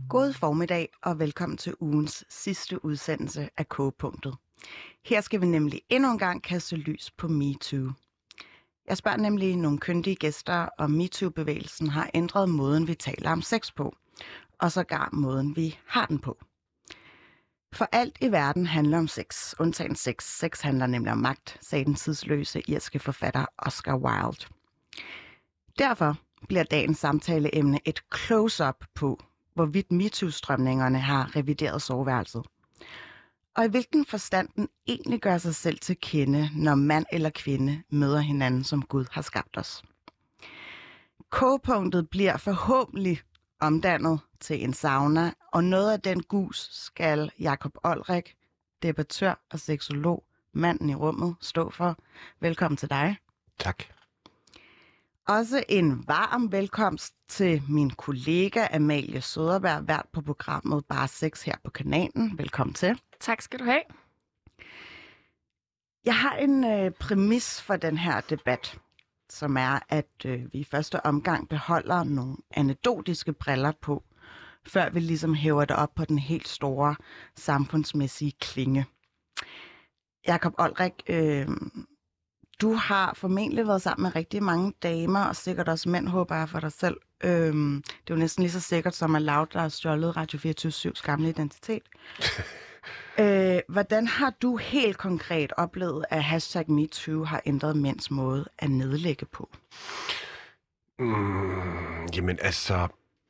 God formiddag og velkommen til ugens sidste udsendelse af Kogepunktet. Her skal vi nemlig endnu en gang kaste lys på MeToo. Jeg spørger nemlig nogle kyndige gæster, om MeToo-bevægelsen har ændret måden, vi taler om sex på, og sågar måden, vi har den på. For alt i verden handler om sex, undtagen sex. Sex handler nemlig om magt, sagde den tidsløse irske forfatter Oscar Wilde. Derfor bliver dagens samtaleemne et close-up på, hvorvidt MeToo-strømningerne har revideret soveværelset. Og i hvilken forstand den egentlig gør sig selv til kende, når mand eller kvinde møder hinanden, som Gud har skabt os. Kogepunktet bliver forhåbentlig omdannet til en sauna, og noget af den gus skal Jakob Olrik, debattør og seksolog, manden i rummet, stå for. Velkommen til dig. Tak. Også en varm velkomst til min kollega Amalie Søderberg, vært på programmet Bare Sex her på kanalen. Velkommen til. Tak skal du have. Jeg har en præmis for den her debat, som er, at vi i første omgang beholder nogle anekdotiske briller på, før vi ligesom hæver det op på den helt store samfundsmæssige klinge. Jakob Olrik, du har formentlig været sammen med rigtig mange damer, og sikkert også mænd, håber jeg for dig selv. Det er jo næsten lige så sikkert som at Loud, der har stjålet Radio 24/7's gamle identitet. Hvordan har du helt konkret oplevet, at #MeToo har ændret mænds måde at nedlægge på? Jamen altså,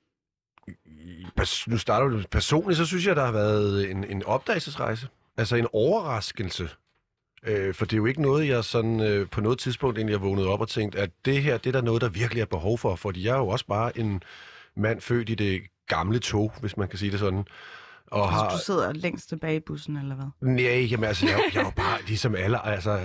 nu starter du personligt, så synes jeg, der har været en opdagelsesrejse. Altså en overraskelse. For det er jo ikke noget, jeg sådan på noget tidspunkt egentlig har vågnet op og tænkt, at det her, det er der noget, der virkelig er behov for. Fordi jeg er jo også bare en mand født i det gamle tog, hvis man kan sige det sådan. Og du sidder længst tilbage i bussen, eller hvad? Nej, jamen altså, jeg er jo bare ligesom alle, altså,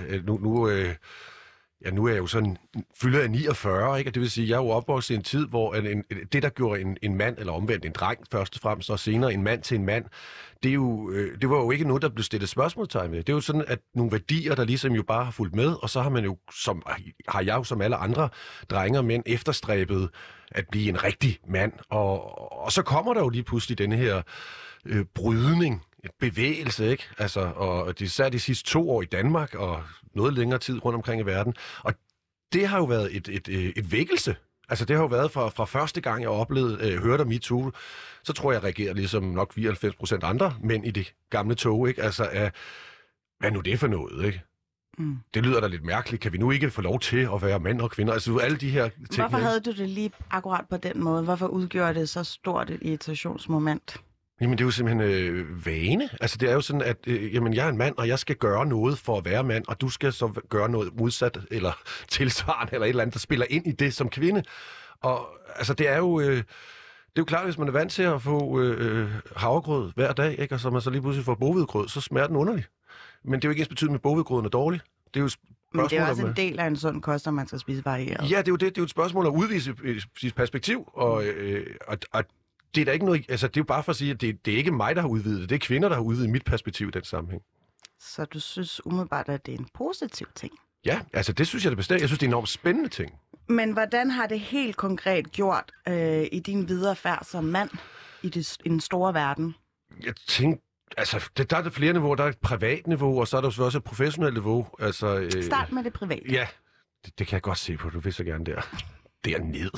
nu er jeg jo sådan, fylder jeg 49, ikke? Og det vil sige, jeg er jo opvokset i en tid, hvor det, der gjorde en mand, eller omvendt en dreng først og fremmest, og senere en mand til en mand, det var jo ikke noget, der blev stillet spørgsmålstegn ved. Det er jo sådan, at nogle værdier, der ligesom jo bare har fulgt med, og så har man jo, har jeg jo som alle andre drenge og mænd efterstræbet at blive en rigtig mand. Og så kommer der jo lige pludselig denne her brydning, bevægelse, ikke? Altså, og især de sidste 2 år i Danmark, og noget længere tid rundt omkring i verden. Og det har jo været et vækkelse. Altså, det har jo været fra første gang, jeg hørte om MeToo, så tror jeg reagerer ligesom nok 94% andre mænd i det gamle tog, ikke? Altså, hvad nu det for noget, ikke? Mm. Det lyder da lidt mærkeligt. Kan vi nu ikke få lov til at være mænd og kvinder? Altså, alle de her ting. Hvorfor havde du det lige akkurat på den måde? Hvorfor udgjorde det så stort et irritationsmoment? Jamen, det er jo simpelthen vane. Altså, det er jo sådan, at jamen, jeg er en mand, og jeg skal gøre noget for at være mand, og du skal så gøre noget modsat, eller tilsvarende, eller et eller andet, der spiller ind i det som kvinde. Og altså, det er jo klart, hvis man er vant til at få havregrød hver dag, ikke? Og så man så lige pludselig får boghvedegrød, så smager den underligt. Men det er jo ikke ens betydning med, at boghvedegrøden er dårlig. Det er jo men det er også en del af en sund kost, at man skal spise varieret. Ja, det er jo det. Det er jo et spørgsmål at udvise sit perspektiv, og det er da ikke noget, altså det er jo bare for at sige, at det er ikke mig, der har udvidet det. Det er kvinder, der har udvidet mit perspektiv i den sammenhæng. Så du synes umiddelbart, at det er en positiv ting? Ja, altså det synes jeg det bestemt. Jeg synes, det er en enormt spændende ting. Men hvordan har det helt konkret gjort i din videre færd som mand i den store verden? Jeg tænker, altså der er der flere niveauer. Der er et privat niveau, og så er der også et professionelt niveau. Altså, start med det private. Ja, det kan jeg godt se på. Du vil så gerne der. Derned.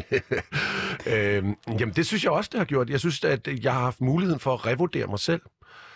Jamen, det synes jeg også, det har gjort. Jeg synes, at jeg har haft muligheden for at revurdere mig selv,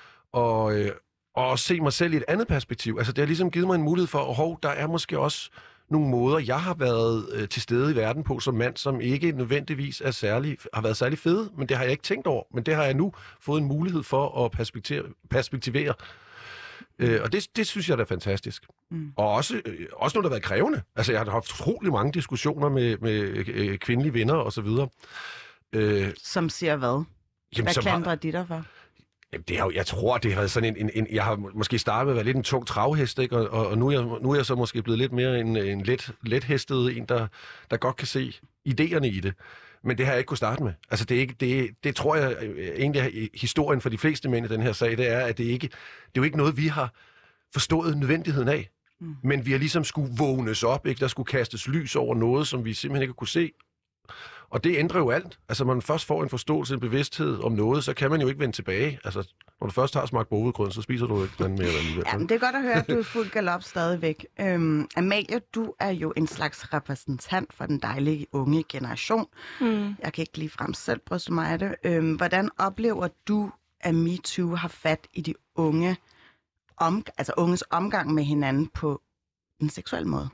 og se mig selv i et andet perspektiv. Altså, det har ligesom givet mig en mulighed for, der er måske også nogle måder, jeg har været til stede i verden på som mand, som ikke nødvendigvis har været særlig fede, men det har jeg ikke tænkt over. Men det har jeg nu fået en mulighed for at perspektivere. Og det synes jeg, der er fantastisk. Mm. Og også noget, der har været krævende. Altså, jeg har haft utrolig mange diskussioner med kvindelige venner og så videre. Som siger hvad? Hvad klandrer de dig for? Jamen, jeg tror, det har været sådan jeg har måske startet med at være lidt en tung travhest, ikke? Og nu er jeg så måske blevet lidt mere en lethestet en, der godt kan se idéerne i det. Men det har jeg ikke kunne starte med. Altså, det tror jeg egentlig er historien for de fleste mænd i den her sag, det er, at det er jo ikke noget, vi har forstået nødvendigheden af. Mm. Men vi har ligesom skulle vågnes op, ikke? Der skulle kastes lys over noget, som vi simpelthen ikke kunne se. Og det ændrer jo alt. Altså, når man først får en forståelse, en bevidsthed om noget, så kan man jo ikke vende tilbage. Altså, når du først har smagt bovedgrød, så spiser du ikke den mere alligevel. Ja, men det er godt at høre, at du er fuld galop stadigvæk. Amalie, du er jo en slags repræsentant for den dejlige unge generation. Jeg kan ikke ligefrem selv bryste mig af det. Hvordan oplever du, at MeToo har fat i de unge, unges omgang med hinanden på en seksuel måde?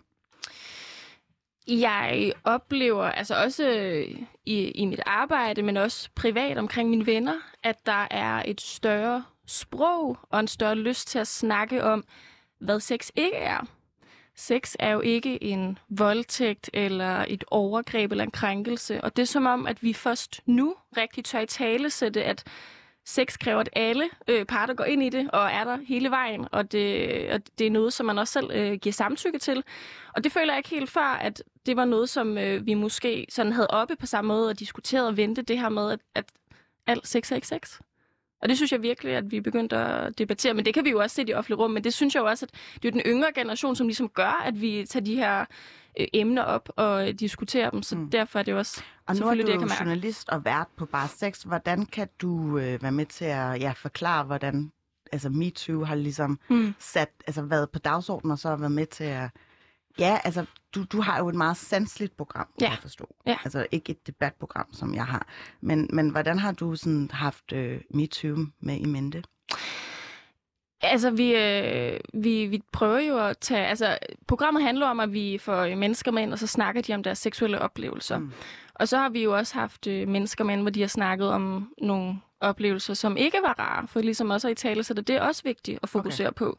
Jeg oplever, altså også i mit arbejde, men også privat omkring mine venner, at der er et større sprog og en større lyst til at snakke om, hvad sex ikke er. Sex er jo ikke en voldtægt eller et overgreb eller en krænkelse, og det er som om, at vi først nu rigtig tør italesætte, at sex kræver, at alle parter går ind i det og er der hele vejen, og det er noget, som man også selv giver samtykke til. Og det føler jeg ikke helt før, at det var noget, som vi måske sådan havde oppe på samme måde og diskuteret og vente det her med, at alt sex er ikke sex. Og det synes jeg virkelig, at vi begyndte at debattere. Men det kan vi jo også se i det offentlige rum. Men det synes jeg jo også, at det er den yngre generation, som ligesom gør, at vi tager de her emner op og diskuterer dem. Så derfor er det også og nu er du det, jo journalist og vært på Bar 6. Hvordan kan du være med til at forklare, hvordan altså MeToo har ligesom været på dagsordenen og så har været med til at... Ja, altså du har jo et meget sanseligt program, kan jeg forstå. Ja. Altså ikke et debatprogram, som jeg har. Men hvordan har du sådan haft MeToo med i mente? Altså, vi prøver jo at tage... Altså, programmet handler om, at vi får mennesker med ind, og så snakker de om deres seksuelle oplevelser. Og så har vi jo også haft mennesker med ind, hvor de har snakket om nogle oplevelser, som ikke var rare, for ligesom også i tale, så det er også vigtigt at fokusere på.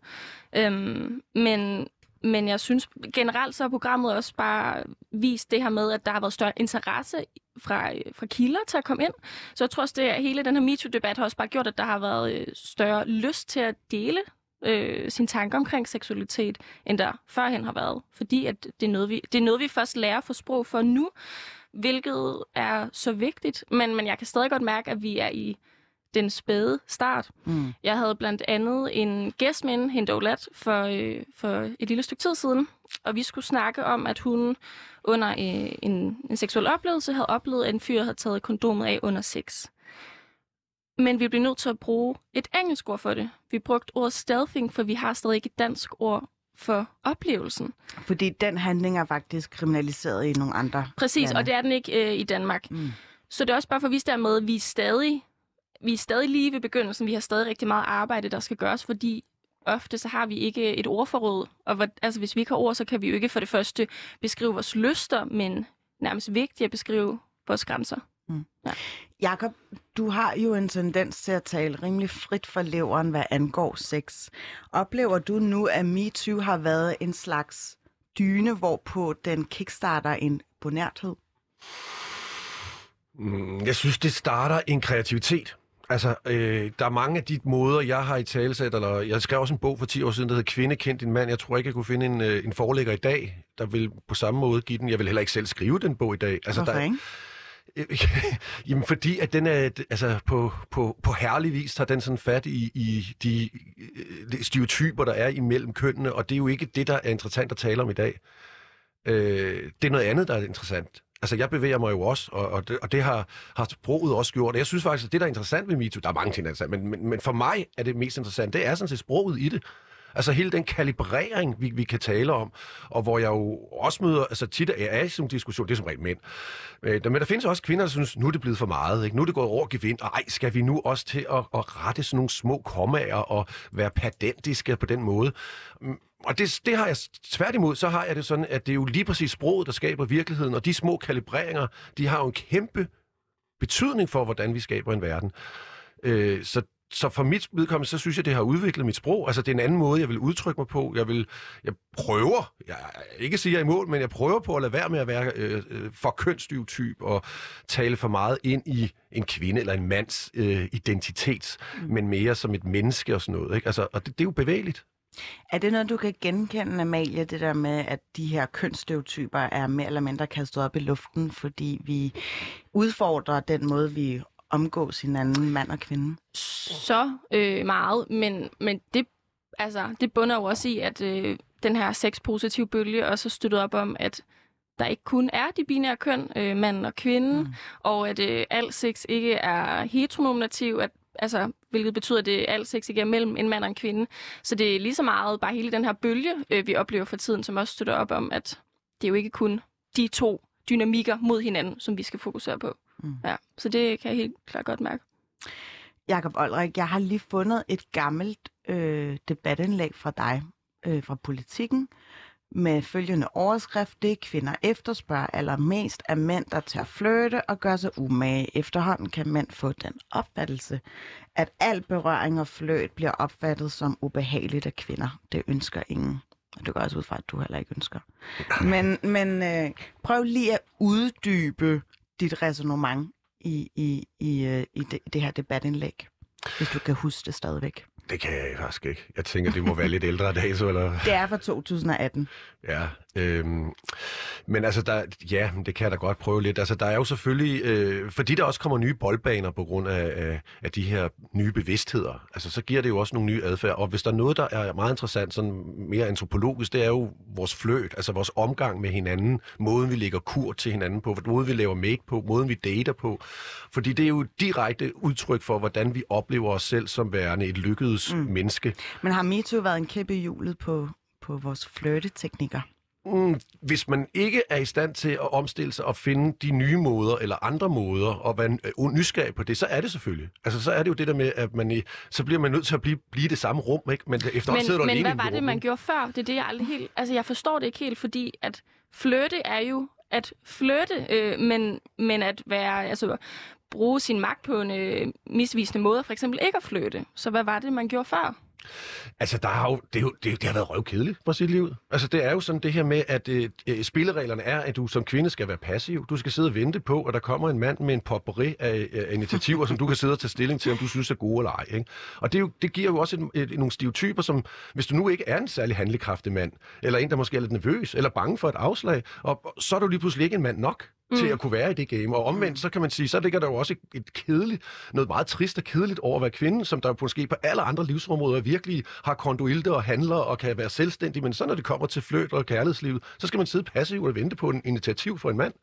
Men jeg synes generelt, så har programmet også bare vist det her med, at der har været større interesse fra kilder til at komme ind. Så jeg tror også, at hele den her MeToo-debat har også bare gjort, at der har været større lyst til at dele sine tanker omkring seksualitet, end der førhen har været. Fordi at det er noget, vi først lærer for sprog for nu, hvilket er så vigtigt. Men jeg kan stadig godt mærke, at vi er i den spæde start. Jeg havde blandt andet en gæst med hende Olat, for et lille stykke tid siden, og vi skulle snakke om, at hun under en seksuel oplevelse havde oplevet, at en fyr havde taget kondomet af under sex. Men vi blev nødt til at bruge et engelsk ord for det. Vi brugte ordet stealthing, for vi har stadig ikke et dansk ord for oplevelsen. Fordi den handling er faktisk kriminaliseret i nogle andre Præcis, lande. Og det er den ikke i Danmark. Så det er også bare for at vise dermed, at vi er stadig lige ved begyndelsen. Vi har stadig rigtig meget arbejde, der skal gøres, fordi ofte så har vi ikke et ordforråd. Og hvis vi ikke har ord, så kan vi jo ikke for det første beskrive vores lyster, men nærmest vigtigt at beskrive vores grænser. Ja. Jakob, du har jo en tendens til at tale rimelig frit for leveren, hvad angår sex. Oplever du nu, at MeToo har været en slags dyne, hvorpå den kickstarter en bonærthed? Jeg synes, det starter en kreativitet. Altså, der er mange af de måder, jeg har i talesat, eller jeg skrev også en bog for 10 år siden, der hedder Kvinde kendt din mand. Jeg tror ikke, jeg kunne finde en forlægger i dag, der vil på samme måde give den. Jeg vil heller ikke selv skrive den bog i dag. Altså, hvorfor ikke? Jamen, fordi at den er, altså, på herlig vis tager den sådan fat i de stereotyper, der er imellem kønnene, og det er jo ikke det, der er interessant at tale om i dag. Det er noget andet, der er interessant. Altså, jeg bevæger mig jo også, og det har sproget også gjort. Og jeg synes faktisk, at det, der er interessant ved MeToo, der er mange ting, der er interessant, men for mig er det mest interessant, det er sådan set sproget i det. Altså hele den kalibrering, vi kan tale om, og hvor jeg jo også møder, altså tit er i sådan en diskussion, det er som regel mænd. Men der findes også kvinder, der synes, nu er det blevet for meget, ikke? Nu er det gået over gevind, og skal vi nu også til at rette sådan nogle små kommaer og være pedantiske på den måde? Og det har jeg tværtimod, så har jeg det sådan, at det er jo lige præcis sproget, der skaber virkeligheden, og de små kalibreringer, de har jo en kæmpe betydning for, hvordan vi skaber en verden. Så for mit vedkommende, så synes jeg, det har udviklet mit sprog. Altså, det er en anden måde, jeg vil udtrykke mig på. Jeg prøver, jeg ikke siger jeg er i mål, men jeg prøver på at lade være med at være for kønsstereotyp og tale for meget ind i en kvinde eller en mands identitet, men mere som et menneske og sådan noget. Ikke? Altså, og det er jo bevægeligt. Er det noget, du kan genkende, Amalie, det der med, at de her kønsstereotyper er mere eller mindre kastet op i luften, fordi vi udfordrer den måde, vi omgås hinanden, mand og kvinde? Så meget, men det bunder jo også i, at den her sexpositive bølge også har støttet op om, at der ikke kun er de binære køn, mand og kvinde, og at alt sex ikke er heteronormativ, hvilket betyder, at alt sex ikke er mellem en mand og en kvinde. Så det er lige så meget bare hele den her bølge, vi oplever for tiden, som også støtter op om, at det er jo ikke kun de to dynamikker mod hinanden, som vi skal fokusere på. Ja, så det kan jeg helt klart godt mærke. Jakob Olrik, jeg har lige fundet et gammelt debatindlæg fra dig, fra Politikken, med følgende overskrift: det kvinder efterspørger allermest af mænd, der tør flirte og gør sig umage. Efterhånden kan mænd få den opfattelse, at al berøring og flirt bliver opfattet som ubehageligt af kvinder. Det ønsker ingen. Og det går også ud fra, at du heller ikke ønsker. Men prøv lige at uddybe dit ræsonnement i det her debatindlæg, hvis du kan huske det stadigvæk. Det kan jeg faktisk ikke. Jeg tænker, det må være lidt ældre dato, eller? Det er fra 2018. Ja, men altså, det kan jeg da godt prøve lidt. Altså, der er jo selvfølgelig, fordi der også kommer nye boldbaner på grund af de her nye bevidstheder, altså, så giver det jo også nogle nye adfærd. Og hvis der er noget, der er meget interessant, sådan mere antropologisk, det er jo vores flirt, altså vores omgang med hinanden, måden vi lægger kur til hinanden på, måden vi laver make på, måden vi dater på. Fordi det er jo direkte udtryk for, hvordan vi oplever os selv som værende et lykkedes menneske. Men har MeToo været en kæppe i hjulet på vores flirteteknikker? Hvis man ikke er i stand til at omstille sig og finde de nye måder eller andre måder og være nysgerrig på det, så er det selvfølgelig. Altså, så er det jo det der med, at så bliver man nødt til at blive det samme rum, ikke? Men hvad var det, man gjorde før? Det er det, jeg aldrig helt... Altså, jeg forstår det ikke helt, fordi at flirte er jo at flirte, men at være... Altså, bruge sin magt på en misvisende måde, for eksempel ikke at flirte. Så hvad var det, man gjorde før? Altså, det har været røvkedeligt for sit liv. Altså, det er jo sådan det her med, at spillereglerne er, at du som kvinde skal være passiv. Du skal sidde og vente på, at der kommer en mand med en potpourri af initiativer, som du kan sidde og tage stilling til, om du synes er gode eller ej. Ikke? Og det giver jo også nogle stereotyper, som hvis du nu ikke er en særlig handlekraftig mand, eller en, der måske er lidt nervøs, eller bange for et afslag, og så er du lige pludselig ikke en mand nok til at kunne være i det game. Og omvendt, så kan man sige, så ligger der jo også et kedeligt, noget meget trist og kedeligt over at være kvinde, som der måske på alle andre livsområder virkelig har konduilte og handler og kan være selvstændig, men så når det kommer til flirt og kærlighedslivet, så skal man sidde passivt og vente på en initiativ for en mand.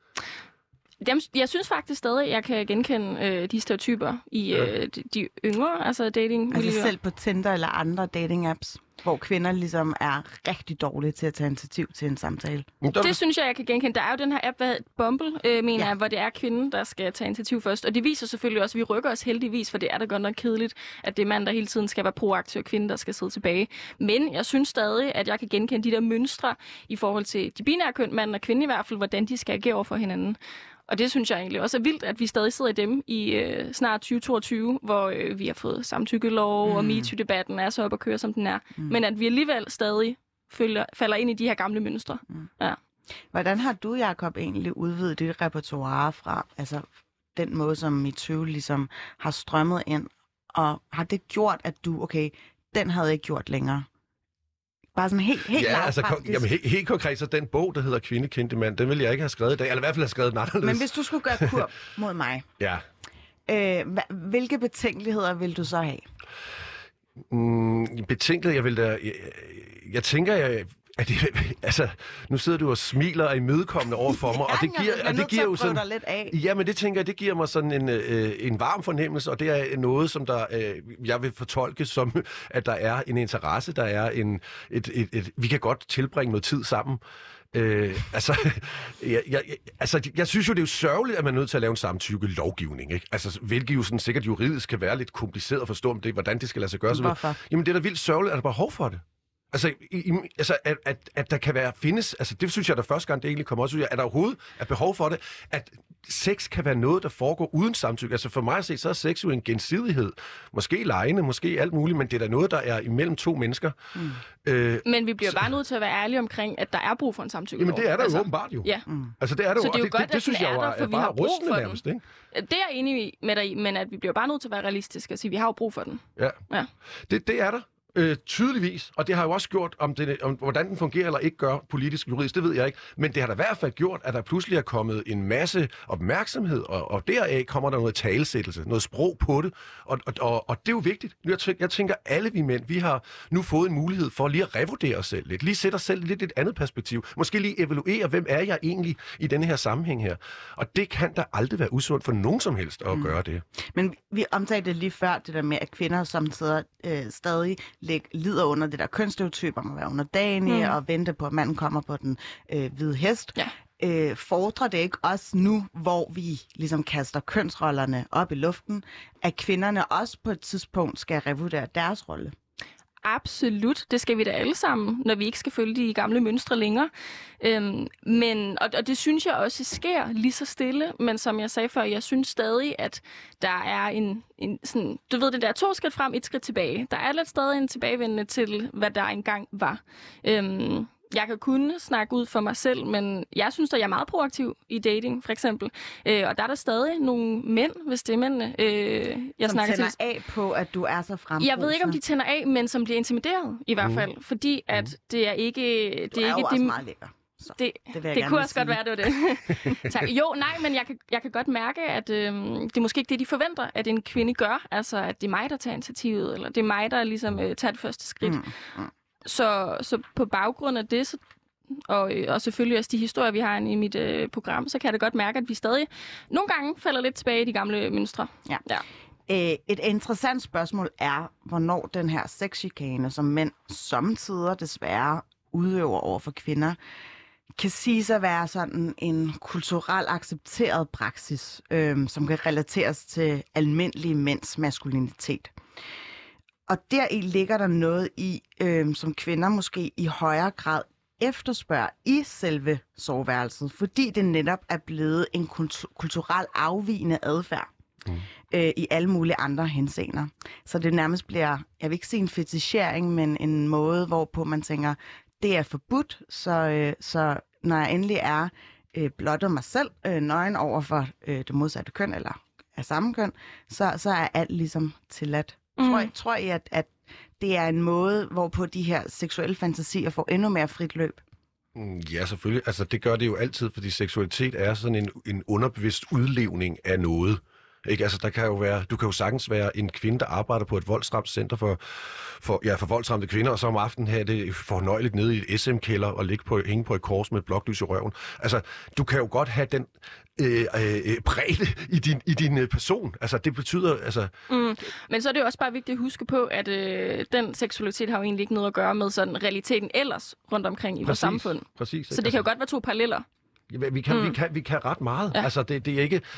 Jeg synes faktisk stadig, at jeg kan genkende de stereotyper i de yngre, altså dating. Altså selv på Tinder eller andre dating-apps, hvor kvinder ligesom er rigtig dårlige til at tage initiativ til en samtale. Det synes jeg kan genkende. Der er jo den her app, Bumble, jeg, hvor det er kvinden, der skal tage initiativ først. Og det viser selvfølgelig også, at vi rykker os heldigvis, for det er da godt nok kedeligt, at det er mand, der hele tiden skal være proaktiv, og kvinde, der skal sidde tilbage. Men jeg synes stadig, at jeg kan genkende de der mønstre i forhold til de binære køn, mand og kvinde i hvert fald, hvordan de skal agere over for hinanden. Og det synes jeg egentlig også er vildt, at vi stadig sidder i dem i snart 2022, hvor vi har fået samtykkelov, og MeToo-debatten er så op at køre, som den er. Men at vi alligevel stadig falder ind i de her gamle mønstre. Ja. Hvordan har du, Jakob, egentlig udvidet dit repertoire fra altså den måde, som MeToo ligesom har strømmet ind? Og har det gjort, at du, den havde jeg ikke gjort længere? Bare sådan helt helt konkret, så den bog, der hedder Kvinde kendte mand, den ville jeg ikke have skrevet i dag, eller i hvert fald have skrevet den anderledes. Men hvis du skulle gøre kur mod mig, hvilke betænkeligheder vil du så have? Betænkeligheder, jeg vil da... Jeg tænker, altså, nu sidder du og smiler og er imødekommende over for mig, og det giver jo sådan... Lidt af. Ja, men det tænker jeg, det giver mig sådan en varm fornemmelse, og det er noget, som der jeg vil fortolke som, at der er en interesse, der er vi kan godt tilbringe noget tid sammen. Jeg synes jo, det er jo sørgeligt, at man er nødt til at lave en samtykke-lovgivning, ikke? Altså, hvilket jo sådan sikkert juridisk kan være lidt kompliceret at forstå, om det, hvordan det skal lade sig gøre. Hvorfor? Jamen, det er da vildt sørgeligt, at der er behov for det. Altså, at der kan findes, altså det synes jeg, der første gang det egentlig kommer også ud af, at der overhovedet er behov for det, at sex kan være noget, der foregår uden samtykke. Altså for mig at se, så er sex jo en gensidighed. Måske legende, måske alt muligt, men det er da noget, der er imellem to mennesker. Men vi bliver bare nødt til at være ærlige omkring, at der er brug for en samtykke. Jamen det er der jo åbenbart jo. Ja. Altså det er der så jo, det er jo godt, det synes jeg jo er bare rystende nærmest, ikke? Det er jeg enig med dig i, men at vi bliver bare nødt til at være realistiske og sige, at vi har jo brug for den. Ja. Det er der. Tydeligvis, og det har jo også gjort, om hvordan den fungerer eller ikke gør politisk juridisk, det ved jeg ikke, men det har da i hvert fald gjort, at der pludselig er kommet en masse opmærksomhed, og deraf kommer der noget talesættelse, noget sprog på det, og det er jo vigtigt. Jeg tænker, alle vi mænd, vi har nu fået en mulighed for lige at revurdere os selv lidt, lige sætte os selv lidt et andet perspektiv, måske lige evaluere, hvem er jeg egentlig i denne her sammenhæng her, og det kan da aldrig være usundt for nogen som helst at gøre det. Men vi omtalte det lige før, det der med, at kvinder samtidig stadig lider under det der kønsstereotyper, må være underdanige og vente på, at manden kommer på den hvide hest. Ja. Fordrer det ikke også nu, hvor vi ligesom kaster kønsrollerne op i luften, at kvinderne også på et tidspunkt skal revurdere deres rolle? Absolut. Det skal vi da alle sammen, når vi ikke skal følge de gamle mønstre længere. Og det synes jeg også sker lige så stille, men som jeg sagde før, jeg synes stadig, at der er en sådan, du ved det der 2 skridt frem, 1 skridt tilbage. Der er lidt stadig en tilbagevendende til, hvad der engang var. Jeg kan kun snakke ud for mig selv, men jeg synes, at jeg er meget proaktiv i dating, for eksempel. Og der er der stadig nogle mænd, hvis det er mændene, jeg som snakker til. Som tænder af på, at du er så frembrusende. Jeg ved ikke, om de tænder af, men som bliver intimideret i hvert fald. Fordi at det er ikke... Du er jo også meget lækker. Så, det kunne også godt være, det var det. Tak. Jo, nej, men jeg kan godt mærke, at det er måske ikke det, de forventer, at en kvinde gør. Altså, at det er mig, der tager initiativet, eller det er mig, der ligesom tager det første skridt. Så på baggrund af det, og selvfølgelig også de historier, vi har i mit program, så kan jeg da godt mærke, at vi stadig nogle gange falder lidt tilbage i de gamle mønstre. Ja. Et interessant spørgsmål er, hvornår den her sexchikane, som mænd samtidig desværre udøver over for kvinder, kan siges at være sådan en kulturelt accepteret praksis, som kan relateres til almindelige mænds maskulinitet. Og deri ligger der noget i, som kvinder måske i højere grad efterspørger i selve soveværelset, fordi det netop er blevet en kulturelt afvigende adfærd i alle mulige andre henseender. Så det nærmest bliver, jeg vil ikke sige en fetichering, men en måde, hvorpå man tænker, det er forbudt, så når jeg endelig er blottet mig selv nøgen over for det modsatte køn, eller af samme køn, så er alt ligesom tilladt. Tror I, at det er en måde, hvorpå de her seksuelle fantasier får endnu mere frit løb? Ja, selvfølgelig. Altså, det gør det jo altid, fordi seksualitet er sådan en underbevidst udlevning af noget. Ikke? Altså, du kan jo sagtens være en kvinde, der arbejder på et voldsramt center for voldsramte kvinder, og så om aftenen have det fornøjeligt nede i et SM-kælder og hænge på et kors med et bloklys i røven. Altså, du kan jo godt have den bredde i din person. Altså, det betyder... Altså... Men så er det jo også bare vigtigt at huske på, at den seksualitet har jo egentlig ikke noget at gøre med sådan realiteten ellers rundt omkring i vores samfund. Præcis. Så det kan jo godt være 2 paralleller. Ja, vi kan ret meget. Ja. Altså, det er ikke...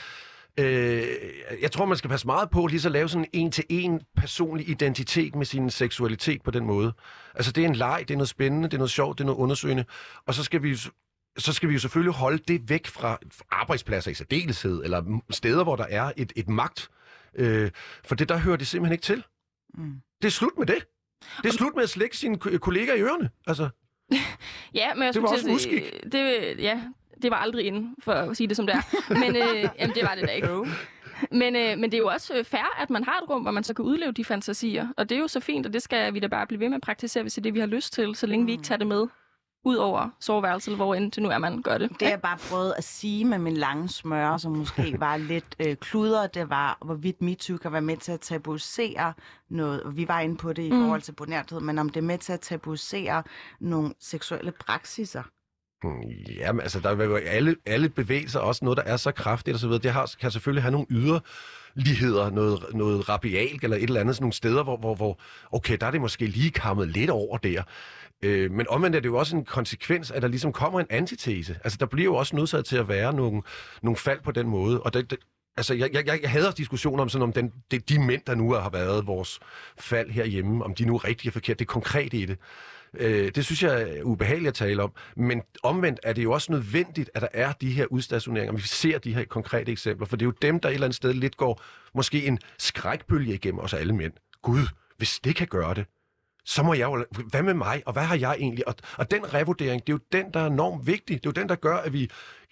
jeg tror, man skal passe meget på lige så lave sådan en til-en personlig identitet med sin seksualitet på den måde. Altså, det er en leg, det er noget spændende, det er noget sjovt, det er noget undersøgende, og så skal vi jo selvfølgelig holde det væk fra arbejdspladser i særdeleshed, eller steder, hvor der er et magt. For det, der hører det simpelthen ikke til. Det er slut med det. Det er slut med at slække sine kolleger i ørerne. Altså, ja, men jeg det var også uskik. Det var aldrig inde, for at sige det som det er. Men jamen, det var det da ikke. Men det er jo også fair, at man har et rum, hvor man så kan udleve de fantasier. Og det er jo så fint, og det skal vi da bare blive ved med at praktisere, hvis det er det, vi har lyst til, så længe vi ikke tager det med ud over soveværelset, hvor end det nu er, man gør det. Det jeg bare prøvede at sige med min lange smøre, som måske var lidt kludret, det var, hvorvidt MeToo kan være med til at tabuisere noget. Vi var inde på det i forhold til bonærthed, men om det er med til at tabuisere nogle seksuelle praksiser. Jamen, altså, der er jo alle bevægelser, også noget, der er så kraftigt og så videre. Det kan selvfølgelig have nogle yderligheder, noget rabialt eller et eller andet, sådan nogle steder, hvor okay, der er det måske lige kammet lidt over der. Men omvendt er det jo også en konsekvens, at der ligesom kommer en antitese. Altså, der bliver jo også nødsaget til at være nogle fald på den måde. Og altså, jeg hader diskussioner om sådan, om de mænd, der nu har været vores fald herhjemme, om de nu er rigtig og forkert. Det er konkret i det. Det synes jeg er ubehageligt at tale om. Men omvendt er det jo også nødvendigt, at der er de her udstationeringer. Vi ser de her konkrete eksempler, for det er jo dem, der et eller andet sted lidt går måske en skrækbølge igennem os alle mænd. Gud, hvis det kan gøre det, så må jeg jo... Hvad med mig, og hvad har jeg egentlig? Og den revurdering, det er jo den, der er enormt vigtig. Det er jo den, der gør, at vi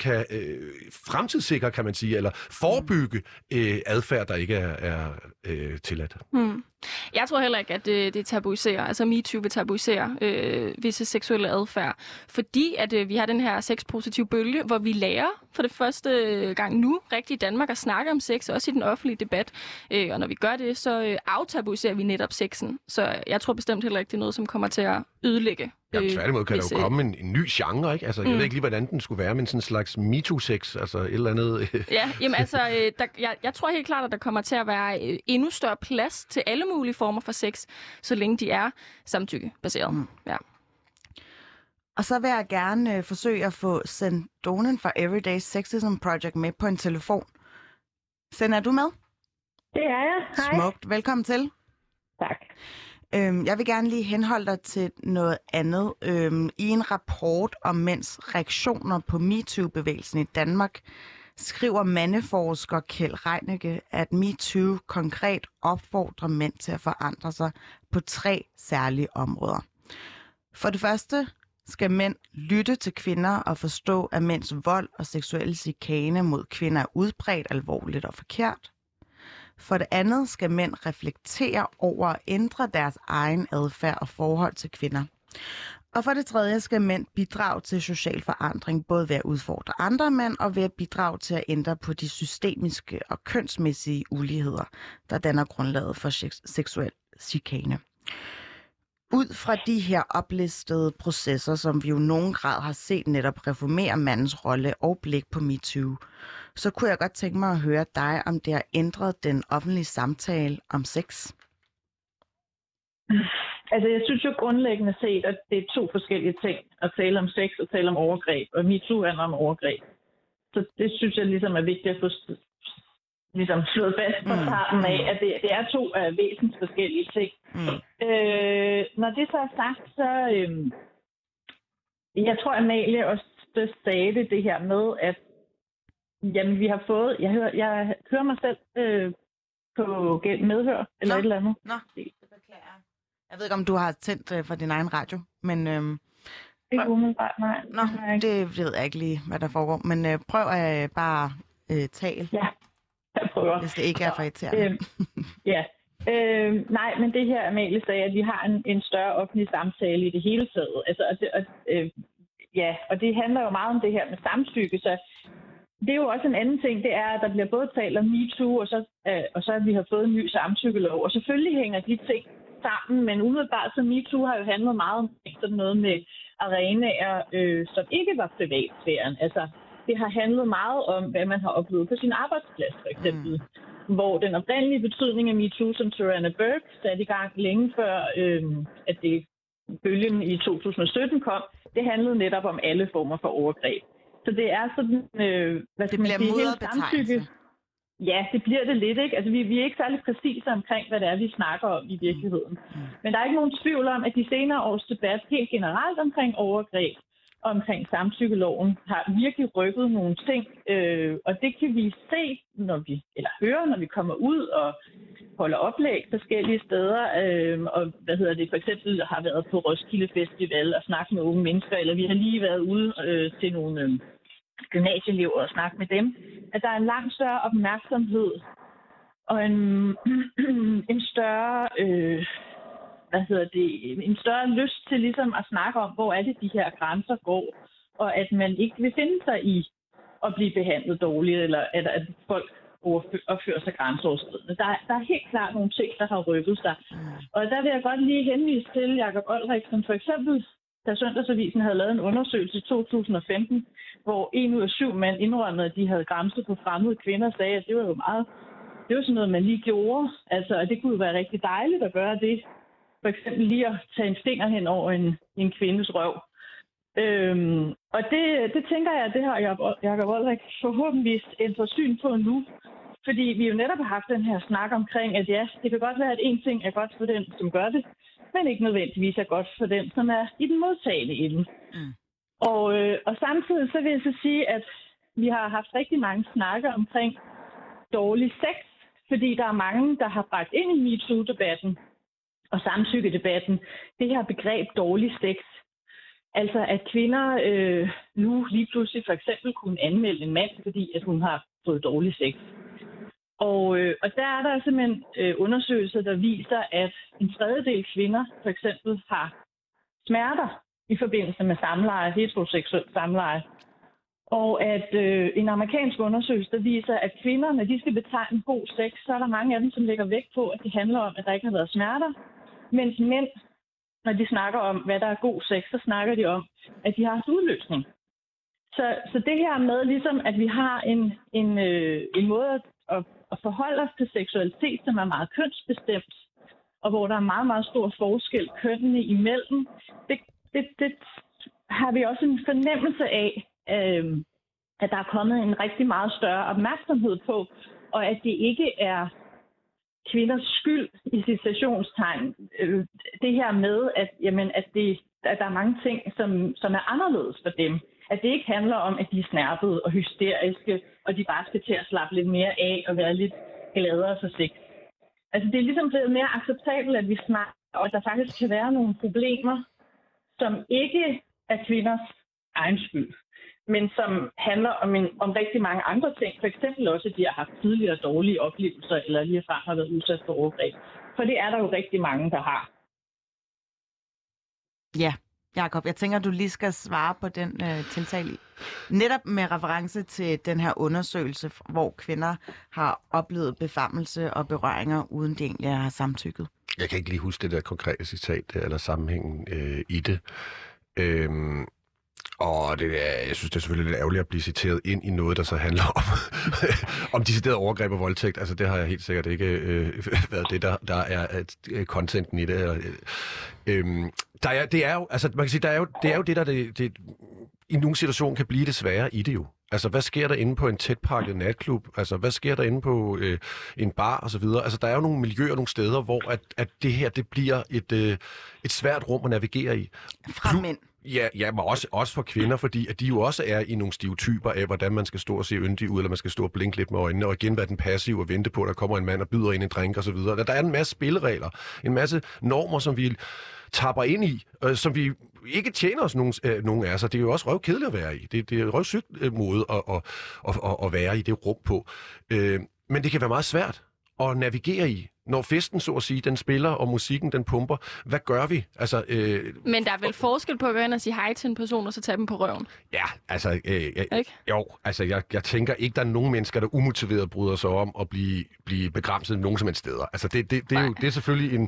kan fremtidssikre, kan man sige, eller forebygge adfærd, der ikke er tilladt. Jeg tror heller ikke, at det tabuiserer. Altså MeToo vil tabuisere visse seksuelle adfærd. Fordi at vi har den her sexpositiv bølge, hvor vi lærer for det første gang nu rigtig i Danmark at snakke om sex, også i den offentlige debat. Og når vi gør det, så aftabuiserer vi netop sexen. Så jeg tror bestemt heller ikke, det er noget, som kommer til at ødelægge. Ja, tværtimod kan der jo komme en ny genre, ikke? Altså, jeg ved ikke lige, hvordan den skulle være, men sådan en slags MeToo-sex, altså et eller andet. Ja, jamen altså, jeg tror helt klart, at der kommer til at være endnu større plads til alle mulige former for sex, så længe de er samtykkebaseret. Ja. Og så vil jeg gerne forsøge at få Sendonen fra Everyday Sexism Project med på en telefon. Sen, er du med? Det er jeg. Hej. Smukt. Velkommen til. Tak. Jeg vil gerne lige henholde dig til noget andet. I en rapport om mænds reaktioner på MeToo-bevægelsen i Danmark, skriver mandeforsker Kjeld Reinicke, at MeToo konkret opfordrer mænd til at forandre sig på 3 særlige områder. For det første skal mænd lytte til kvinder og forstå, at mænds vold og seksuelle chikane mod kvinder er udbredt, alvorligt og forkert. For det andet skal mænd reflektere over at ændre deres egen adfærd og forhold til kvinder. Og for det tredje skal mænd bidrage til social forandring, både ved at udfordre andre mænd og ved at bidrage til at ændre på de systemiske og kønsmæssige uligheder, der danner grundlaget for seksuel chikane. Ud fra de her oplistede processer, som vi jo i nogen grad har set netop reformere mandens rolle og blik på MeToo, så kunne jeg godt tænke mig at høre dig, om det har ændret den offentlige samtale om sex. Altså, jeg synes jo grundlæggende set, at det er 2 forskellige ting at tale om sex og tale om overgreb, og MeToo handler om overgreb. Så det synes jeg ligesom er vigtigt at få ligesom slået fast på starten af, at det er 2 væsentligt forskellige ting. Når det så er sagt, så jeg tror, Amalie også sagde det her med, at jamen, vi har fået, jeg hører mig selv på medhør eller et eller andet. Nå, det beklager. Jeg ved ikke, om du har tændt for din egen radio, men... Ikke umiddelbart, nej. Nå, det ved jeg ikke lige, hvad der foregår, men prøv at bare tale. Ja, jeg prøver. Hvis det ikke er for irriterende. Ja. Nej, men det her, Amalie sagde, at vi har en større offentlig samtale i det hele taget. Altså, og det handler jo meget om det her med samtykke, så det er jo også en anden ting, det er, at der bliver både talt om MeToo, og så at vi har fået en ny samtykkelov. Og selvfølgelig hænger de ting sammen, men umiddelbart så MeToo har jo handlet meget om sådan noget med arenaer, som ikke var privatsfæren. Altså, det har handlet meget om, hvad man har oplevet på sin arbejdsplads, for eksempel. Hvor den oprindelige betydning af MeToo, som Tarana Burke satte i gang længe før, at det bølgen i 2017 kom, det handlede netop om alle former for overgreb. Så det er sådan, hvad skal man sige, helt samtykke. Ja, det bliver det lidt, ikke? Altså, vi er ikke særlig præcise omkring, hvad det er, vi snakker om i virkeligheden. Men der er ikke nogen tvivl om, at de senere års debat helt generelt omkring overgreb, omkring samtykkeloven, har virkelig rykket nogle ting. Og det kan vi se, høre, når vi kommer ud og holder oplæg forskellige steder. Og for eksempel har været på Roskilde Festival og snakket med unge mennesker, eller vi har lige været ude til nogle gymnasieelever og snakke med dem, at der er en langt større opmærksomhed og en større en større lyst til ligesom at snakke om, hvor er det, de her grænser går, og at man ikke vil finde sig i at blive behandlet dårligt, eller at folk opfører sig grænseoverskridende. Der er helt klart nogle ting, der har rykket sig. Og der vil jeg godt lige henvise til Jakob Olrik, som for eksempel, da Søndagsavisen havde lavet en undersøgelse i 2015, hvor 1 ud af 7 mænd indrømmede, at de havde grænser på fremmede kvinder, og sagde, at det var jo meget, det var sådan noget, man lige gjorde. Altså, at det kunne jo være rigtig dejligt at gøre det. For eksempel lige at tage en finger hen over en kvindes røv. Og det tænker jeg, det har Jakob Olrik forhåbentlig ændret syn på nu. Fordi vi jo netop har haft den her snak omkring, at ja, det kan godt være, at en ting er godt for den, som gør det, men ikke nødvendigvis er godt for den, som er i den modtagende ende. Og samtidig så vil jeg så sige, at vi har haft rigtig mange snakker omkring dårlig sex, fordi der er mange, der har bragt ind i MeToo-debatten og samtykkedebatten det her begreb dårlig sex. Altså, at kvinder nu lige pludselig for eksempel kunne anmelde en mand, fordi at hun har fået dårlig sex. Og der er der simpelthen undersøgelser, der viser, at en tredjedel kvinder for eksempel har smerter i forbindelse med samleje, heteroseksuelt samleje. Og at en amerikansk undersøgelse, der viser, at kvinder, når de skal betegne god sex, så er der mange af dem, som lægger vægt på, at det handler om, at der ikke har været smerter. Mens mænd, når de snakker om, hvad der er god sex, så snakker de om, at de har haft udløsning. Så det her med, ligesom, at vi har en måde at forholde os til seksualitet, som er meget kønsbestemt, og hvor der er meget, meget stor forskel kønnene imellem, det har vi også en fornemmelse af, at der er kommet en rigtig meget større opmærksomhed på, og at det ikke er kvinders skyld i citationstegn. Det her med, at der er mange ting, som er anderledes for dem. At det ikke handler om, at de er snærpede og hysteriske, og de bare skal til at slappe lidt mere af og være lidt gladere for sex. Altså det er ligesom blevet mere acceptabelt, at vi snakker, og at der faktisk kan være nogle problemer, som ikke er kvinders egen skyld, men som handler om rigtig mange andre ting. For eksempel også, at de har haft tidligere dårlige oplevelser, eller lige fra har været udsat for overgreb. For det er der jo rigtig mange, der har. Ja, Jakob, jeg tænker, du lige skal svare på den tiltale. Netop med reference til den her undersøgelse, hvor kvinder har oplevet befammelse og berøringer, uden de egentlig har samtykket. Jeg kan ikke lige huske det der konkrete citat eller sammenhængen i det. Og jeg synes, det er selvfølgelig lidt ærgerligt at blive citeret ind i noget, der så handler om decideret overgreb og voldtægt. Altså, det har jeg helt sikkert ikke været det, der er contenten i det. Det er jo, altså, man kan sige, det er jo det, der det, i nogle situationer kan blive det svære i det jo. Altså, hvad sker der inde på en tætpakket natklub? Altså, hvad sker der inde på en bar og så videre? Altså, der er jo nogle miljøer, nogle steder, hvor at det her, det bliver et svært rum at navigere i. Fra mænd. Ja, men også for kvinder, fordi at de jo også er i nogle stereotyper af, hvordan man skal stå og se yndig ud, eller man skal stå og blinke lidt med øjnene, og igen være den passive og vente på, at der kommer en mand og byder ind en drink og så videre. Der er en masse spilleregler, en masse normer, som vi tapper ind i, som vi ikke tjener os nogen af. Så det er jo også røvkedeligt at være i. Det er en røvsygt måde at være i det rum på. Men det kan være meget svært at navigere i. Når festen, så at sige, den spiller, og musikken, den pumper, hvad gør vi? Altså, men der er vel forskel på at gå ind og sige hej til en person, og så tage dem på røven? Ja, altså, jeg tænker ikke, der er nogen mennesker, der umotiveret bryder sig om at blive begræmset nogen som helst steder. Altså, det er selvfølgelig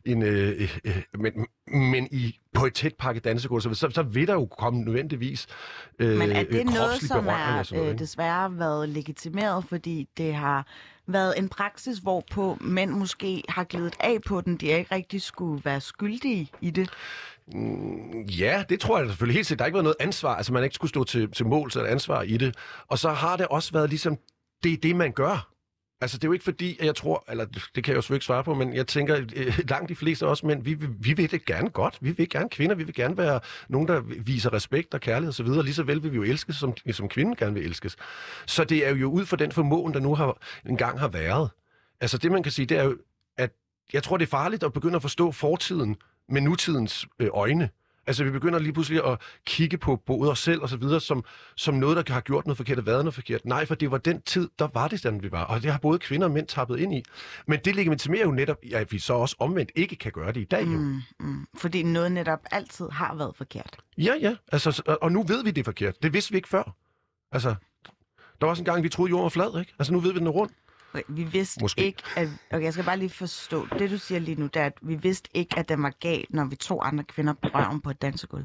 men på et tæt pakket dansegulv, så vil der jo komme nødvendigvis men er det noget, som er desværre været legitimeret, fordi det har været en praksis, hvorpå mænd måske har glidet af på den, de ikke rigtig skulle være skyldige i det? Ja, det tror jeg selvfølgelig helt sikkert. Der har ikke været noget ansvar, altså man ikke skulle stå til mål, så er ansvar i det. Og så har det også været ligesom, det er det, man gør. Altså, det er jo ikke fordi, at jeg tror, eller det kan jeg jo selvfølgelig ikke svare på, men jeg tænker, langt de fleste af os mænd, vi vil det gerne godt. Vi vil gerne kvinder, vi vil gerne være nogen, der viser respekt og kærlighed osv. Lige så vel vil vi jo elskes, som kvinden gerne vil elskes. Så det er jo ud fra den formåen, der nu engang har været. Altså, det man kan sige, det er jo, at jeg tror, det er farligt at begynde at forstå fortiden med nutidens øjne. Altså, vi begynder lige pludselig at kigge på både os selv og så videre, som noget, der har gjort noget forkert og været noget forkert. Nej, for det var den tid, der var det sådan, vi var. Og det har både kvinder og mænd tappet ind i. Men det legitimerer jo netop, at vi så også omvendt ikke kan gøre det i dag. Fordi noget netop altid har været forkert. Ja. Altså, og nu ved vi, det er forkert. Det vidste vi ikke før. Altså, der var også en gang, vi troede, jorden var flad, ikke? Altså, nu ved vi, den er rund. Okay, vi vidste ikke, at... Okay, jeg skal bare lige forstå. Det, du siger lige nu, det er, at vi vidste ikke, at den var galt, når vi tog andre kvinder på røven på et dansegulv.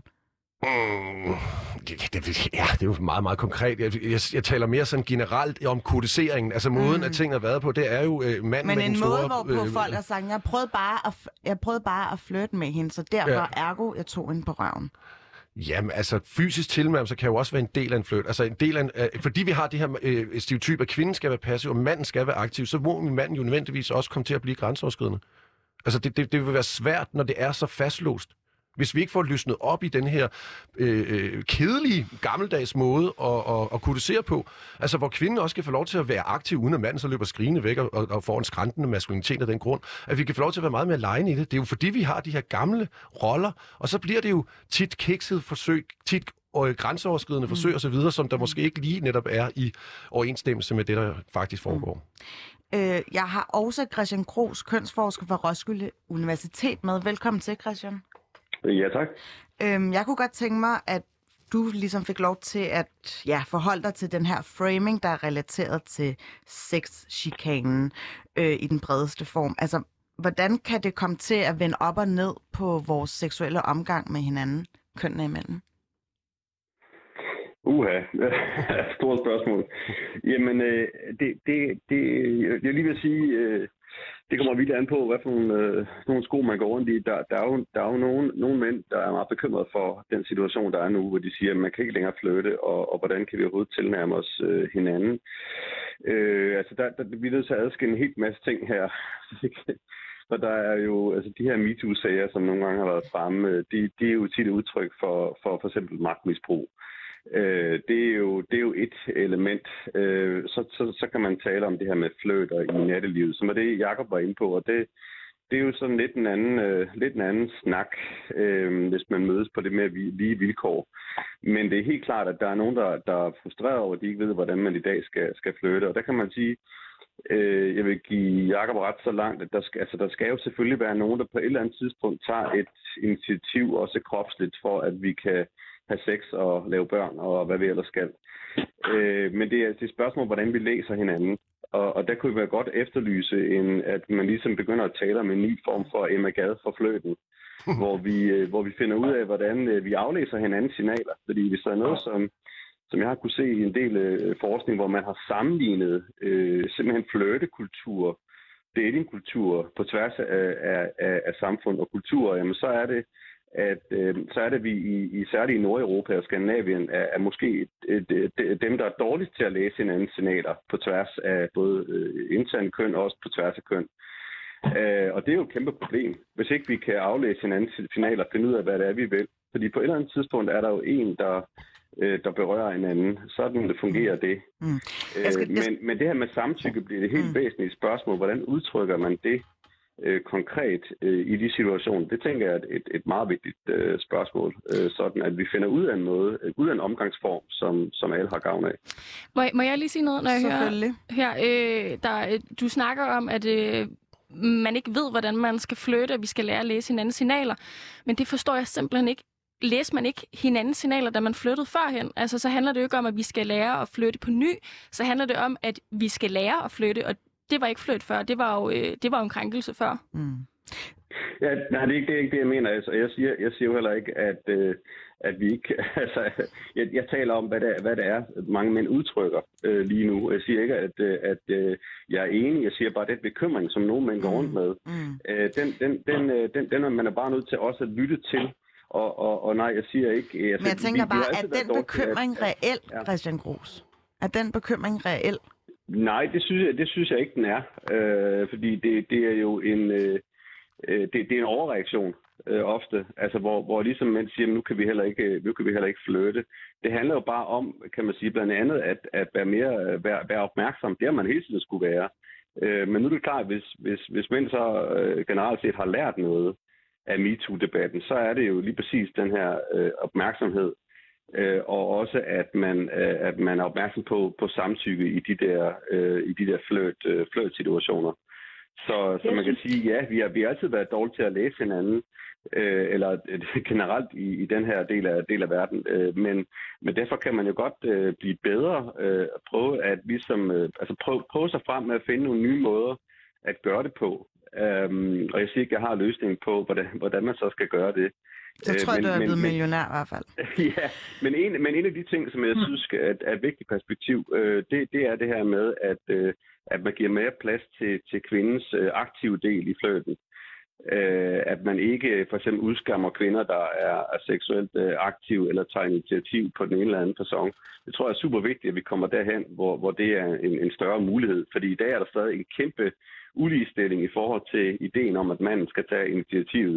Det er jo meget, meget konkret. Jeg taler mere sådan generelt om kodiseringen. Altså måden, at ting har været på, det er jo manden med men den en store... måde, hvorpå folk har sagt, jeg prøvede bare at flirte med hende, så derfor ergo, jeg tog hende på røven. Jamen, altså fysisk tilnærmelse kan jo også være en del af en flirt. Altså en del af fordi vi har det her stereotyp, at kvinden skal være passiv, og manden skal være aktiv, så må manden jo nødvendigvis også komme til at blive grænseoverskridende. Altså det vil være svært, når det er så fastlåst. hvis vi ikke får løsnet op i den her kedelige, gammeldags måde at kodisere på, altså hvor kvinden også skal få lov til at være aktiv, uden at manden så løber skrigende væk og får en skræntende maskulinitet af den grund, at vi kan få lov til at være meget mere legende i det. Det er jo fordi, vi har de her gamle roller, og så bliver det jo tit kikset forsøg, tit grænseoverskridende forsøg osv., som der måske ikke lige netop er i overensstemmelse med det, der faktisk foregår. Jeg har også Christian Kroos, kønsforsker fra Roskilde Universitet med. Velkommen til, Christian. Ja, tak. Jeg kunne godt tænke mig, at du ligesom fik lov til at forholde dig til den her framing, der er relateret til sexchikanen i den bredeste form. Altså, hvordan kan det komme til at vende op og ned på vores seksuelle omgang med hinanden, kønnene imellem? Stort spørgsmål. Jamen, jeg lige vil sige, det kommer vildt an på, hvad for nogle sko man går rundt i. Der er jo nogle mænd, der er meget bekymrede for den situation, der er nu, hvor de siger, at man kan ikke længere flytte, og hvordan kan vi overhovedet tilnærme os hinanden. Vi er nødt til at adskille en helt masse ting her. Og der er jo, altså de her MeToo-sager, som nogle gange har været fremme, de er jo tit udtryk for eksempel magtmisbrug. Det er jo et element. Så kan man tale om det her med flirter i nattelivet, som er det, Jakob var inde på, og det er jo sådan lidt en anden snak, hvis man mødes på det mere lige vilkår. Men det er helt klart, at der er nogen, der er frustreret over, at de ikke ved, hvordan man i dag skal flirte. Og der kan man sige, jeg vil give Jakob ret så langt, at der skal jo selvfølgelig være nogen, der på et eller andet tidspunkt tager et initiativ, også kropsligt, for at vi kan have sex og lave børn og hvad vi ellers skal. Men det er et spørgsmål, hvordan vi læser hinanden. Og der kunne vi være godt efterlyse, at man ligesom begynder at tale om en ny form for Emma Gad for fløten, hvor vi finder ud af, hvordan vi aflæser hinandens signaler. Fordi hvis der er noget, som jeg har kunne se i en del forskning, hvor man har sammenlignet simpelthen flirtekultur, datingkultur på tværs af samfund og kultur, jamen så er det, at vi særligt i Nordeuropa og Skandinavien er måske dem, der er dårligst til at læse hinandens signaler på tværs af både interne køn og også på tværs af køn. Og det er jo et kæmpe problem, hvis ikke vi kan aflæse hinandens signaler og finde ud af, hvad det er, vi vil. Fordi på et eller andet tidspunkt er der jo en, der berører hinanden. Sådan det fungerer det. Men det her med samtykke bliver det helt væsentlige spørgsmål. Hvordan udtrykker man det konkret i de situationer? Det tænker jeg er et meget vigtigt spørgsmål, sådan at vi finder ud af en måde, ud af en omgangsform, som alle har gavn af. Må jeg lige sige noget, når jeg hører her? Du snakker om, at man ikke ved, hvordan man skal flytte, og vi skal lære at læse hinandens signaler. Men det forstår jeg simpelthen ikke. Læser man ikke hinandens signaler, da man flyttede førhen? Altså, så handler det jo ikke om, at vi skal lære at flytte på ny. Så handler det om, at vi skal lære at flytte, og det var ikke flytte før. Det var jo en krænkelse før. Ja, nej, det er ikke det, jeg mener. Altså, jeg siger jo heller ikke, at vi ikke... Altså, jeg taler om, hvad det er, mange mænd udtrykker lige nu. Jeg siger ikke, at jeg er enig. Jeg siger bare, at det er bekymring, som nogle mænd går rundt med. Den man er bare nødt til også at lytte til. Og nej, jeg siger ikke... Altså, men jeg tænker bare, er den bekymring reel, Christian Kroos? Er den bekymring reel? Nej, det synes jeg ikke, den er. Fordi det er jo det er en overreaktion ofte, altså hvor ligesom mænd siger, nu kan vi heller ikke flirte. Det handler jo bare om, kan man sige, blandt andet at være opmærksom. Det har man hele tiden skulle være. Men nu er det klart, hvis mænd så generelt set har lært noget af MeToo-debatten, så er det jo lige præcis den her opmærksomhed. Og også at man er opmærksom på samtykke i de der flirt-situationer. Så man kan sige, ja, vi har altid været dårlige til at læse hinanden, eller generelt i den her del af verden. Men derfor kan man jo godt blive bedre, prøve at prøve sig frem med at finde nogle nye måder at gøre det på. Og jeg siger ikke, at jeg har løsningen på, hvordan man så skal gøre det. Så tror jeg, du er blevet millionær i hvert fald. Ja, men en af de ting, som jeg synes er et vigtigt perspektiv, det er det her med, at man giver mere plads til kvindens aktive del i flirten. At man ikke for eksempel udskammer kvinder, der er seksuelt aktive eller tager initiativ på den ene eller anden facon. Det tror jeg er super vigtigt, at vi kommer derhen, hvor det er en større mulighed. Fordi i dag er der stadig en kæmpe uligestilling i forhold til ideen om, at manden skal tage initiativet.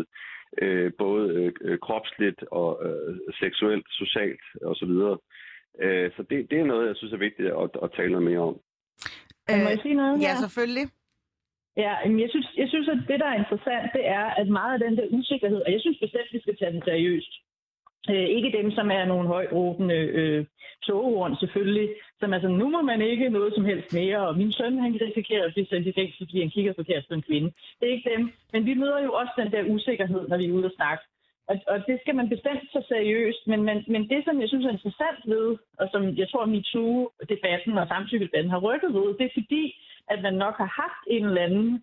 både kropsligt og seksuelt, socialt osv. Så det er noget, jeg synes er vigtigt at tale noget mere om. Må jeg sige noget her? Ja, selvfølgelig. Ja, jeg synes, at det, der er interessant, det er, at meget af den der usikkerhed, og jeg synes bestemt, vi skal tage den seriøst. Ikke dem, som er nogle højtråbende tågehorn selvfølgelig, som er sådan, nu må man ikke noget som helst mere, og min søn, han risikerer at blive sendt i fængsel, fordi han kigger forkert på en kvinde. Det er ikke dem, men vi møder jo også den der usikkerhed, når vi er ude og snakke. Og det skal man bestemt så seriøst, men det, som jeg synes er interessant ved, og som jeg tror, MeToo-debatten og samtykkedebatten har rykket ved, det er fordi, at man nok har haft en eller anden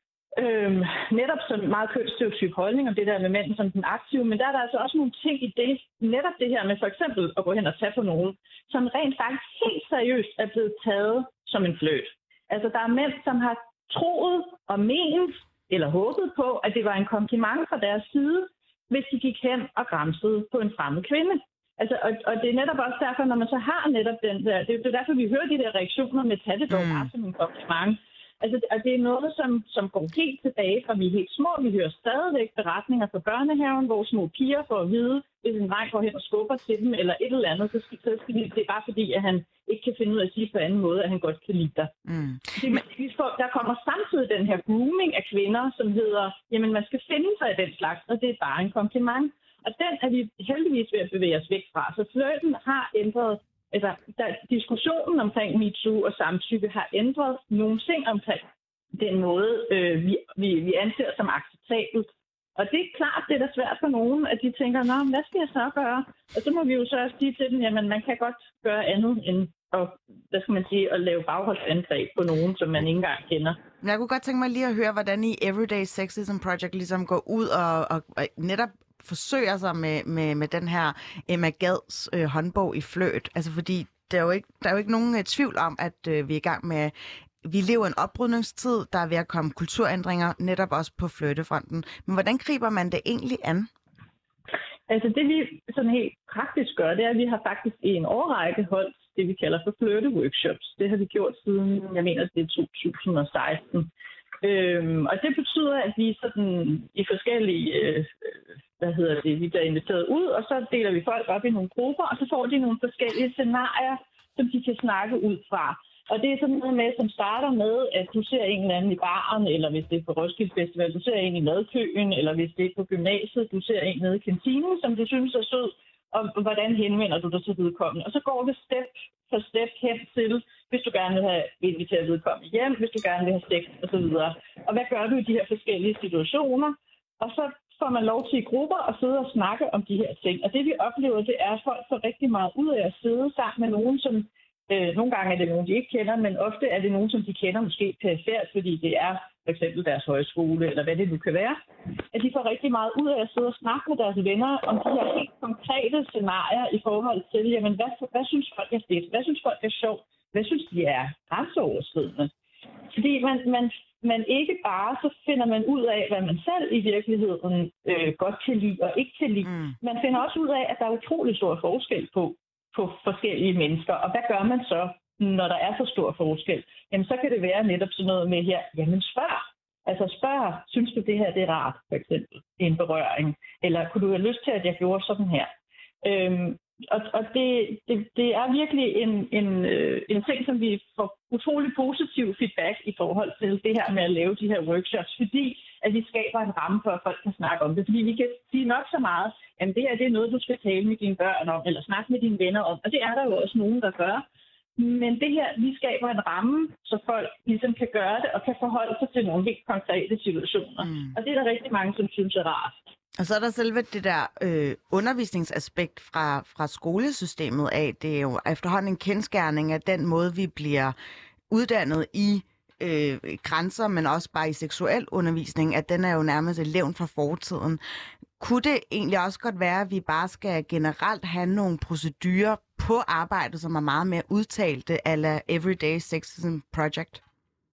netop sådan meget kønsstereotyp holdning om det der med mænd som den aktive, men der er der altså også nogle ting i det, netop det her med for eksempel at gå hen og tage på nogen, som rent faktisk helt seriøst er blevet taget som en fløjt. Altså der er mænd, som har troet og ment eller håbet på, at det var en kompliment fra deres side, hvis de gik hen og gramsede på en fremmed kvinde. Altså, og det er netop også derfor, når man så har netop den der, det er derfor, vi hører de der reaktioner med tag det dog bare som en kompliment. Altså, og det er noget, som går helt tilbage fra vi er helt små. Vi hører stadigvæk beretninger fra børnehaven, hvor små piger får at vide, hvis en dreng går hen og skubber til dem, eller et eller andet, så skal de, det er bare fordi, at han ikke kan finde ud af at sige på anden måde, at han godt kan lide dig. Der kommer samtidig den her grooming af kvinder, som hedder, jamen man skal finde sig i den slags, og det er bare en kompliment. Og den er vi heldigvis ved at bevæge os væk fra. Så flirten har ændret, altså diskussionen omkring MeToo og samtykke har ændret nogle ting omkring den måde, vi anser som acceptabelt. Og det er klart, det er da svært for nogen, at de tænker, nå, hvad skal jeg så gøre? Og så må vi jo så også sige til dem, jamen man kan godt gøre andet end at lave bagholdsangreb på nogen, som man ikke engang kender. Jeg kunne godt tænke mig lige at høre, hvordan I Everyday Sexism Project ligesom går ud og netop forsøger sig med den her Emma Gads håndbog i flirt. Altså fordi der er jo ikke nogen tvivl om, at vi er i gang med. Vi lever i en oprydningstid, der er ved at komme kulturændringer, netop også på flirtefronten. Men hvordan griber man det egentlig an? Altså det vi sådan helt praktisk gør, det er, at vi har faktisk i en årrække holdt det, vi kalder for flirte-workshops. Det har vi gjort siden, jeg mener, det er 2016. Og det betyder, at vi sådan i forskellige, vi bliver inviteret ud, og så deler vi folk op i nogle grupper, og så får de nogle forskellige scenarier, som de kan snakke ud fra. Og det er sådan noget med, som starter med, at du ser en eller anden i baren, eller hvis det er på Roskilde Festival, du ser en i madkøen, eller hvis det er på gymnasiet, du ser en nede i kantinen, som du synes er sød, og hvordan henvender du dig til vedkommende. Og så går det step for step hen til, hvis du gerne vil have inviteret vedkommende hjem, hvis du gerne vil have sex osv. Og hvad gør du i de her forskellige situationer? Og så får man lov til i grupper at sidde og snakke om de her ting. Og det vi oplever, det er, at folk får rigtig meget ud af at sidde sammen med nogen, som nogle gange er det nogen, de ikke kender, men ofte er det nogen, som de kender måske perifært, fordi det er for eksempel deres højskole, eller hvad det nu kan være. At de får rigtig meget ud af at sidde og snakke med deres venner om de her helt konkrete scenarier i forhold til, jamen hvad synes folk er fedt? Hvad synes folk er sjovt? Hvad synes de er grænseoverskridende? Fordi man ikke bare, så finder man ud af, hvad man selv i virkeligheden godt kan lide og ikke kan lide. Man finder også ud af, at der er utrolig stor forskel på forskellige mennesker. Og hvad gør man så, når der er så stor forskel? Jamen, så kan det være netop sådan noget med her, jamen spørg. Altså spørg, synes du det her det er rart, for eksempel, en berøring? Eller kunne du have lyst til, at jeg gjorde sådan her? Og det er virkelig en ting, som vi får utrolig positiv feedback i forhold til det her med at lave de her workshops, fordi at vi skaber en ramme for, at folk kan snakke om det. Fordi vi kan sige nok så meget, at det er noget, du skal tale med dine børn om, eller snakke med dine venner om. Og det er der jo også nogen, der gør. Men det her, vi skaber en ramme, så folk ligesom kan gøre det, og kan forholde sig til nogle helt konkrete situationer. Og det er der rigtig mange, som synes er rart. Og så er der selve det der undervisningsaspekt fra skolesystemet af. Det er jo efterhånden en kendsgerning af den måde, vi bliver uddannet i grænser, men også bare i seksuel undervisning, at den er jo nærmest et levn fra fortiden. Kunne det egentlig også godt være, at vi bare skal generelt have nogle procedurer på arbejdet, som er meget mere udtalte, a la Everyday Sexism Project?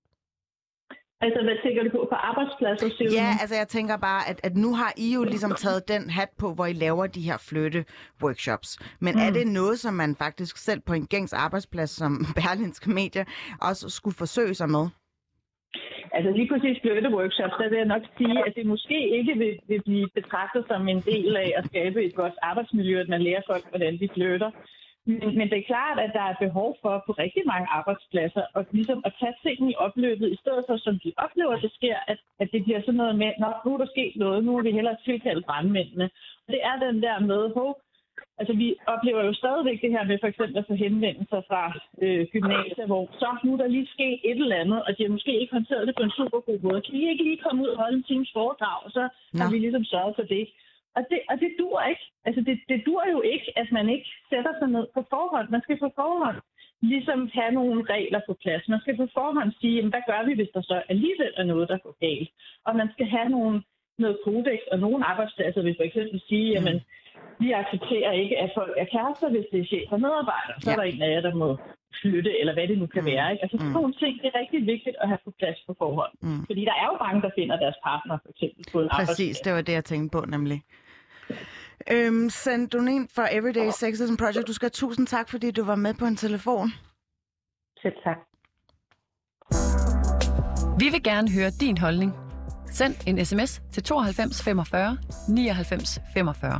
Altså, hvad tænker du på arbejdspladser? Ja, altså jeg tænker bare, at nu har I jo ligesom taget den hat på, hvor I laver de her flytte-workshops. Men er det noget, som man faktisk selv på en gængs arbejdsplads som Berlingske Medier også skulle forsøge sig med? Altså lige præcis flirte-workshops, der vil jeg nok sige, at det måske ikke vil blive betragtet som en del af at skabe et godt arbejdsmiljø, at man lærer folk, hvordan de flirter. Men det er klart, at der er behov for på rigtig mange arbejdspladser og ligesom at tage tingene i opløbet, i stedet for, som de oplever, at det sker, at det bliver sådan noget med, nu er der sket noget, nu er vi hellere tilkaldt brandmændene. Det er den der med, altså vi oplever jo stadigvæk det her med for eksempel at få henvendelser fra gymnasier, hvor så nu er der lige sket et eller andet, og de har måske ikke håndteret det på en super god måde. Kan I ikke lige komme ud og holde en times foredrag, og så har vi ligesom sørget for det. Og det dur ikke. Altså det dur jo ikke, at man ikke sætter sig ned på forhånd. Man skal på forhånd ligesom have nogle regler på plads. Man skal på forhånd sige, jamen, hvad gør vi, hvis der så alligevel er noget, der går galt. Og man skal have noget kodex, og nogle arbejdspladser vil for eksempel sige, jamen, vi accepterer ikke, at folk er kærester, hvis det er chef og medarbejder. Så er der en af jer, der må flytte, eller hvad det nu kan være. Ikke? Altså sådan nogle ting, det er rigtig vigtigt at have på plads på forhånd. Fordi der er jo mange, der finder deres partner, for eksempel på en arbejdsplads. Præcis, det var det, jeg tænkte på, nemlig. Sandonin fra Everyday Sexism Project, du skal have tusind tak, fordi du var med på en telefon. Selv tak. Vi vil gerne høre din holdning. Send en sms til 92 45 99 45.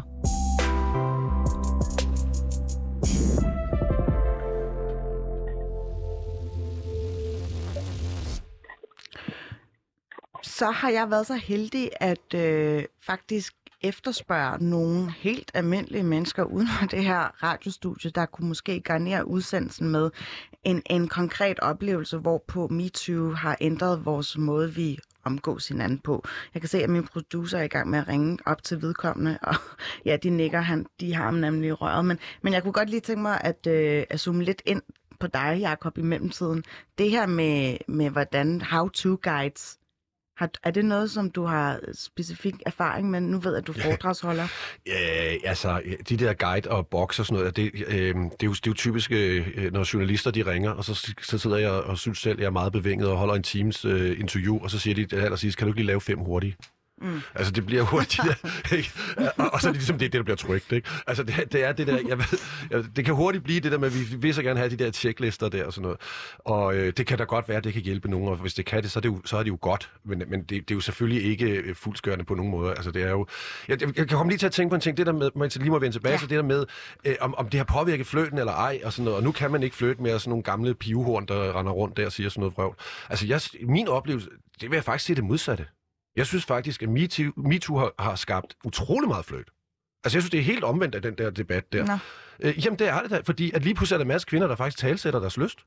Så har jeg været så heldig at faktisk efterspørge nogle helt almindelige mennesker uden for det her radiostudie, der kunne måske garnere udsendelsen med en konkret oplevelse, hvorpå MeToo har ændret vores måde, vi omgås hinanden på. Jeg kan se, at min producer er i gang med at ringe op til vedkommende, og ja, de nikker, de har ham nemlig i røret, men jeg kunne godt lige tænke mig at zoome lidt ind på dig, Jacob, i mellemtiden. Det her med hvordan how-to-guides, er det noget, som du har specifik erfaring med? Nu ved jeg, at du foredragsholder. Altså, de der guide og box og sådan noget, det er jo typisk, når journalister de ringer, og så sidder jeg og synes selv, jeg er meget bevinget og holder en times interview, og så siger de allersidst, kan du ikke lige lave 5 hurtigt? Altså, det bliver hurtigt, ikke? Og så er det ligesom det der bliver trykt, ikke? Altså, det er det der, det kan hurtigt blive det der med, at vi vil så gerne have de der checklister der og sådan noget. Og det kan da godt være, at det kan hjælpe nogen, og hvis det kan det, så er det jo godt. Men det er jo selvfølgelig ikke fuldskørende på nogen måde. Altså, det er jo... Jeg kan komme lige til at tænke på en ting, det der med, man lige må vende tilbage, så det der med, om det har påvirket fløten eller ej, og sådan noget. Og nu kan man ikke fløte med sådan nogle gamle pivehorn, der render rundt der og siger sådan noget vrøvl. Altså, min oplevelse, det vil jeg faktisk sige det modsatte. Jeg synes faktisk, at MeToo har skabt utrolig meget fløjt. Altså, jeg synes, det er helt omvendt af den der debat der. Jamen, det er det da, fordi at lige pludselig er der en masse kvinder, der faktisk talsætter deres lyst.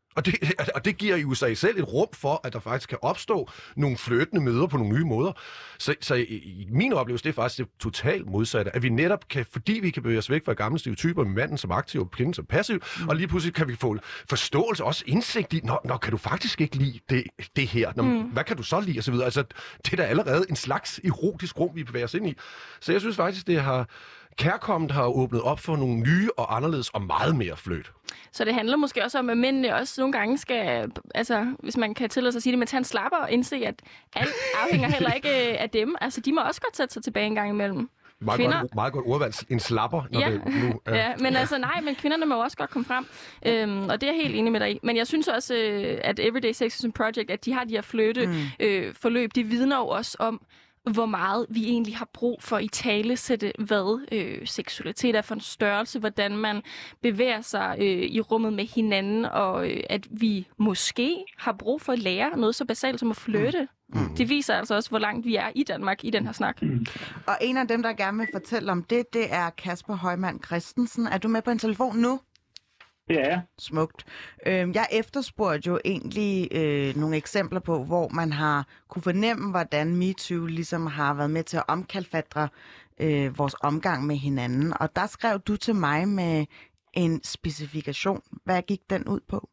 Og det giver jo sig selv et rum for, at der faktisk kan opstå nogle flirtende møder på nogle nye måder. Så i min oplevelse, det er faktisk det totalt modsatte. At vi netop kan, fordi vi kan bevæge os væk fra gamle stereotyper med manden som aktiv og kvinden som passiv, og lige pludselig kan vi få forståelse, også indsigt i, når kan du faktisk ikke lide det her? Hvad kan du så lide? Og så videre. Altså, det er da allerede en slags erotisk rum, vi bevæger os ind i. Så jeg synes faktisk, det har... Kærkommet har åbnet op for nogle nye og anderledes og meget mere fløjt. Så det handler måske også om, at mændene også nogle gange skal, altså hvis man kan tillade sig at sige det, men tage en slapper og indse, at alt afhænger heller ikke af dem. Altså de må også godt sætte sig tilbage en gang imellem. Meget godt ordvalg. En slapper, når det nu er... Ja, men altså men kvinderne må også godt komme frem. Og det er jeg helt enig med dig i. Men jeg synes også, at Everyday Sexism Project, at de har de her flirte-forløb, de vidner jo også om, hvor meget vi egentlig har brug for i talesætte, hvad seksualitet er for en størrelse, hvordan man bevæger sig i rummet med hinanden, og at vi måske har brug for at lære noget så basalt som at flytte. Det viser altså også, hvor langt vi er i Danmark i den her snak. Og en af dem, der gerne vil fortælle om det er Kasper Højmand Christensen. Er du med på en telefon nu? Ja. Smukt. Jeg efterspurgte jo egentlig nogle eksempler på, hvor man har kunne fornemme, hvordan MeToo ligesom har været med til at omkalfatre vores omgang med hinanden. Og der skrev du til mig med en specifikation. Hvad gik den ud på?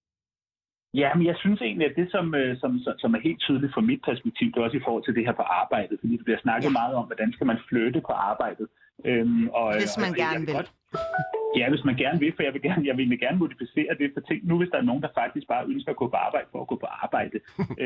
Ja, men jeg synes egentlig, at det, som er helt tydeligt fra mit perspektiv, det er også i forhold til det her på arbejdet. Fordi det bliver snakket meget om, hvordan skal man flytte på arbejdet. Hvis man gerne vil. Ja, hvis man gerne vil, for jeg vil gerne modificere det. For tænk nu, hvis der er nogen, der faktisk bare ønsker at gå på arbejde for at gå på arbejde,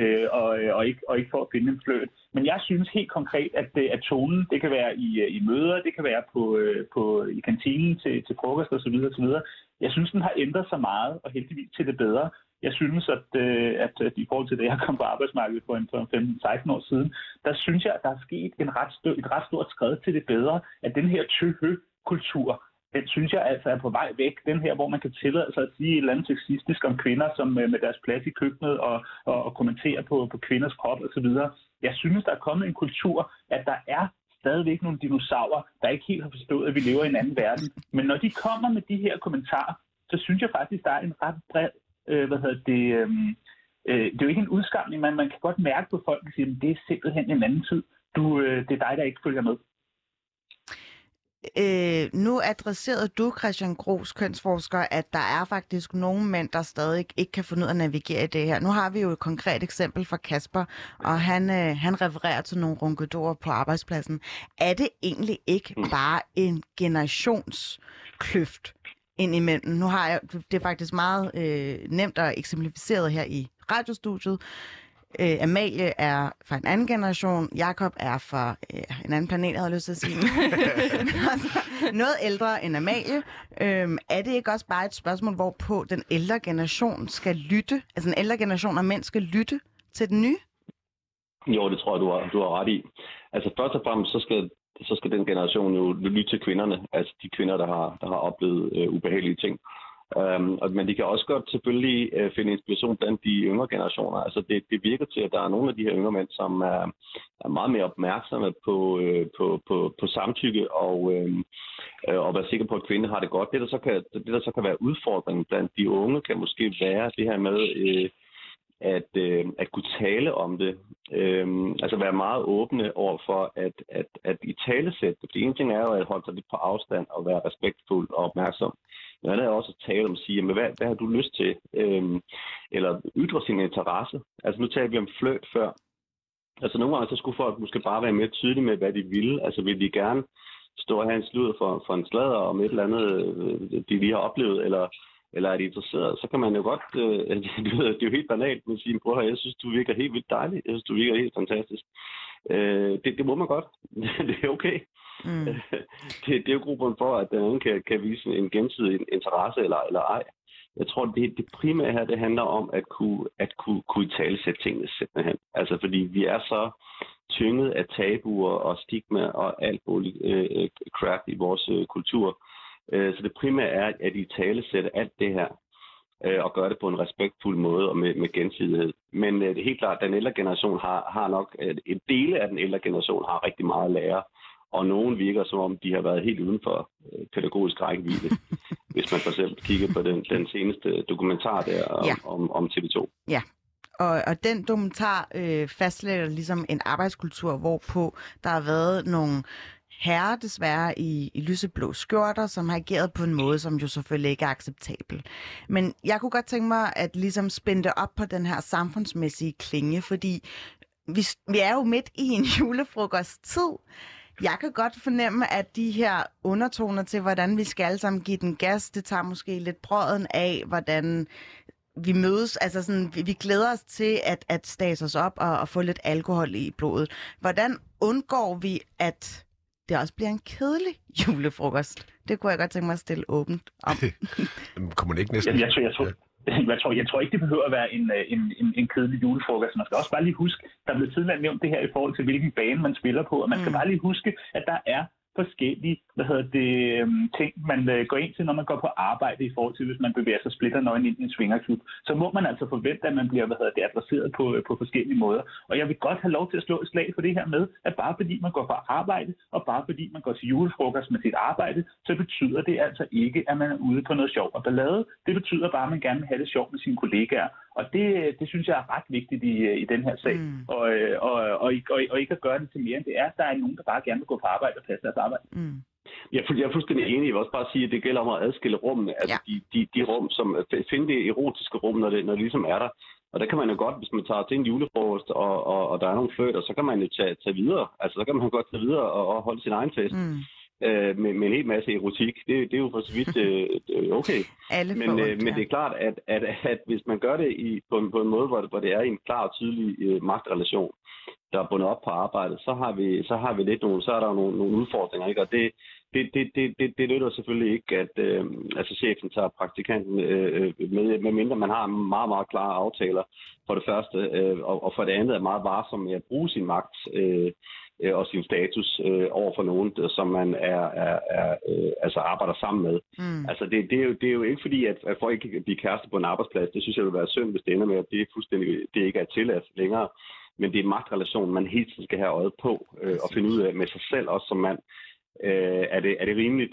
og ikke for at finde en fløjt. Men jeg synes helt konkret, at tonen, det kan være i møder, det kan være i kantinen til frokost osv. Jeg synes, den har ændret sig meget, og heldigvis til det bedre. Jeg synes, at i forhold til det, jeg kom på arbejdsmarkedet for 15-16 år siden, der synes jeg, at der er sket et ret stort skridt til det bedre, at den her tøhø-kultur, den synes jeg altså er på vej væk. Den her, hvor man kan tillade sig at sige et eller andet sexistisk om kvinder, som med deres plads i køkkenet og kommentere på kvinders krop osv. Jeg synes, der er kommet en kultur, at der er stadigvæk nogle dinosaurer, der ikke helt har forstået, at vi lever i en anden verden. Men når de kommer med de her kommentarer, så synes jeg faktisk, der er en ret bred, det er jo ikke en udskamning, men man kan godt mærke på folk, der siger, at det er simpelthen en anden tid. Det er dig, der ikke følger med. Nu adresserede du, Christian Gros, kønsforsker, at der er faktisk nogle mænd, der stadig ikke kan finde ud af at navigere i det her. Nu har vi jo et konkret eksempel fra Kasper, og han refererer til nogle runkedorer på arbejdspladsen. Er det egentlig ikke bare en generationskløft indimellem? Nu har jeg, det er faktisk meget nemt og eksemplificeret her i radiostudiet. Amalie er fra en anden generation, Jakob er fra en anden planet, jeg havde lyst til at sige. Altså, noget ældre end Amalie. Er det ikke også bare et spørgsmål, hvorpå den ældre generation skal lytte? Altså en ældre generation af mænd skal lytte til den nye? Jo, det tror jeg, du har ret i. Altså først og fremmest, så skal den generation jo lytte til kvinderne. Altså de kvinder, der har oplevet ubehagelige ting. Men de kan også godt selvfølgelig finde inspiration blandt de yngre generationer. Altså det virker til, at der er nogle af de her yngre mænd, som er meget mere opmærksomme på samtykke og være sikre på, at kvinder har det godt. Det der så kan være udfordringen blandt de unge, kan måske være det her med at kunne tale om det. Altså være meget åbne over for at i talesætte. Det ene ting er jo at holde sig lidt på afstand og være respektfuld og opmærksom. Men det er også at tale om at sige, hvad har du lyst til? Eller ytre sin interesse. Altså nu talte vi om flirt før. Altså nogle gange så skulle folk måske bare være mere tydelige med, hvad de ville. Altså vil de gerne stå og have en sludder for en sladder om et eller andet, de lige har oplevet, eller er de interesseret, så kan man jo godt, det er jo helt banalt, men sige, prøv at jeg synes, du virker helt vildt dejlig, jeg synes, du virker helt fantastisk. Det må man godt. Det er okay. Mm. Det er jo gruppen for, at den anden kan vise en gensidig interesse eller ej. Jeg tror, det primære her, det handler om at kunne italesætte tingene simpelthen. Altså, fordi vi er så tynget af tabuer og stigma og alt muligt crap i vores kultur. Så det primære er at italesætte alt det her og gøre det på en respektfuld måde og med gensidighed. Men det er helt klart, at den ældre generation har nok, en del af den ældre generation har rigtig meget at lære, og nogen virker som om, de har været helt uden for pædagogisk rækkevidde, hvis man for eksempel kigger på den seneste dokumentar der om TV2. Ja. Og den dokumentar fastlægger ligesom en arbejdskultur, hvorpå der har været nogle herrer desværre i lyseblå skjorter, som har ageret på en måde, som jo selvfølgelig ikke er acceptabel. Men jeg kunne godt tænke mig at ligesom spænde det op på den her samfundsmæssige klinge, fordi vi er jo midt i en julefrokosttid. Jeg kan godt fornemme, at de her undertoner til, hvordan vi skal alle sammen give den gas, det tager måske lidt brøden af, hvordan vi mødes, altså sådan, vi glæder os til at stase os op og få lidt alkohol i blodet. Hvordan undgår vi, at det også bliver en kedelig julefrokost? Det kunne jeg godt tænke mig at stille åbent om. Kommer det ikke næsten? Jeg tror ikke, det behøver at være en kedelig julefrokost. Man skal også bare lige huske, der blev tidligere nævnt det her i forhold til, hvilken bane man spiller på, og man skal bare lige huske, at der er forskellige ting, man går ind til, når man går på arbejde i forhold til, hvis man bevæger sig splitternøgen ind i en swingerklub. Så må man altså forvente, at man bliver adresseret på forskellige måder. Og jeg vil godt have lov til at slå et slag for det her med, at bare fordi man går på arbejde, og bare fordi man går til julefrokost med sit arbejde, så betyder det altså ikke, at man er ude på noget sjov og ballade. Det betyder bare, at man gerne vil have det sjovt med sine kollegaer. Og det synes jeg er ret vigtigt i den her sag. Og ikke at gøre det til mere end det er. Der er nogen, der bare gerne vil gå på arbejde og passe deres arbejde. Jeg er fuldstændig enig. Jeg vil også bare sige, at det gælder om at adskille rummene. Altså de rum, som finder det erotiske rum, når det ligesom er der. Og der kan man jo godt, hvis man tager til en julefrokost, og der er nogle fløjter, så kan man jo tage videre. Altså så kan man godt tage videre og holde sin egen fest. Med en hel masse erotik. Det er jo for så vidt okay. Men det er klart, at hvis man gør det på en måde, hvor det er en klar og tydelig magtrelation, der er bundet op på arbejdet, så har vi lidt så er der jo nogle udfordringer, ikke? Og det nytter selvfølgelig ikke, at altså chefen tager praktikanten med mindre man har meget, meget klare aftaler for det første, og for det andet er meget varsom med at bruge sin magt og sin status over for nogen, som man altså arbejder sammen med. Altså det er jo ikke fordi, at folk ikke kan blive kærester på en arbejdsplads. Det synes jeg vil være synd, hvis det ender med, at det ikke er tilladt længere. Men det er magtrelationen, man helt skal have øjet på og finde ud af med sig selv, også som mand. Er det rimeligt,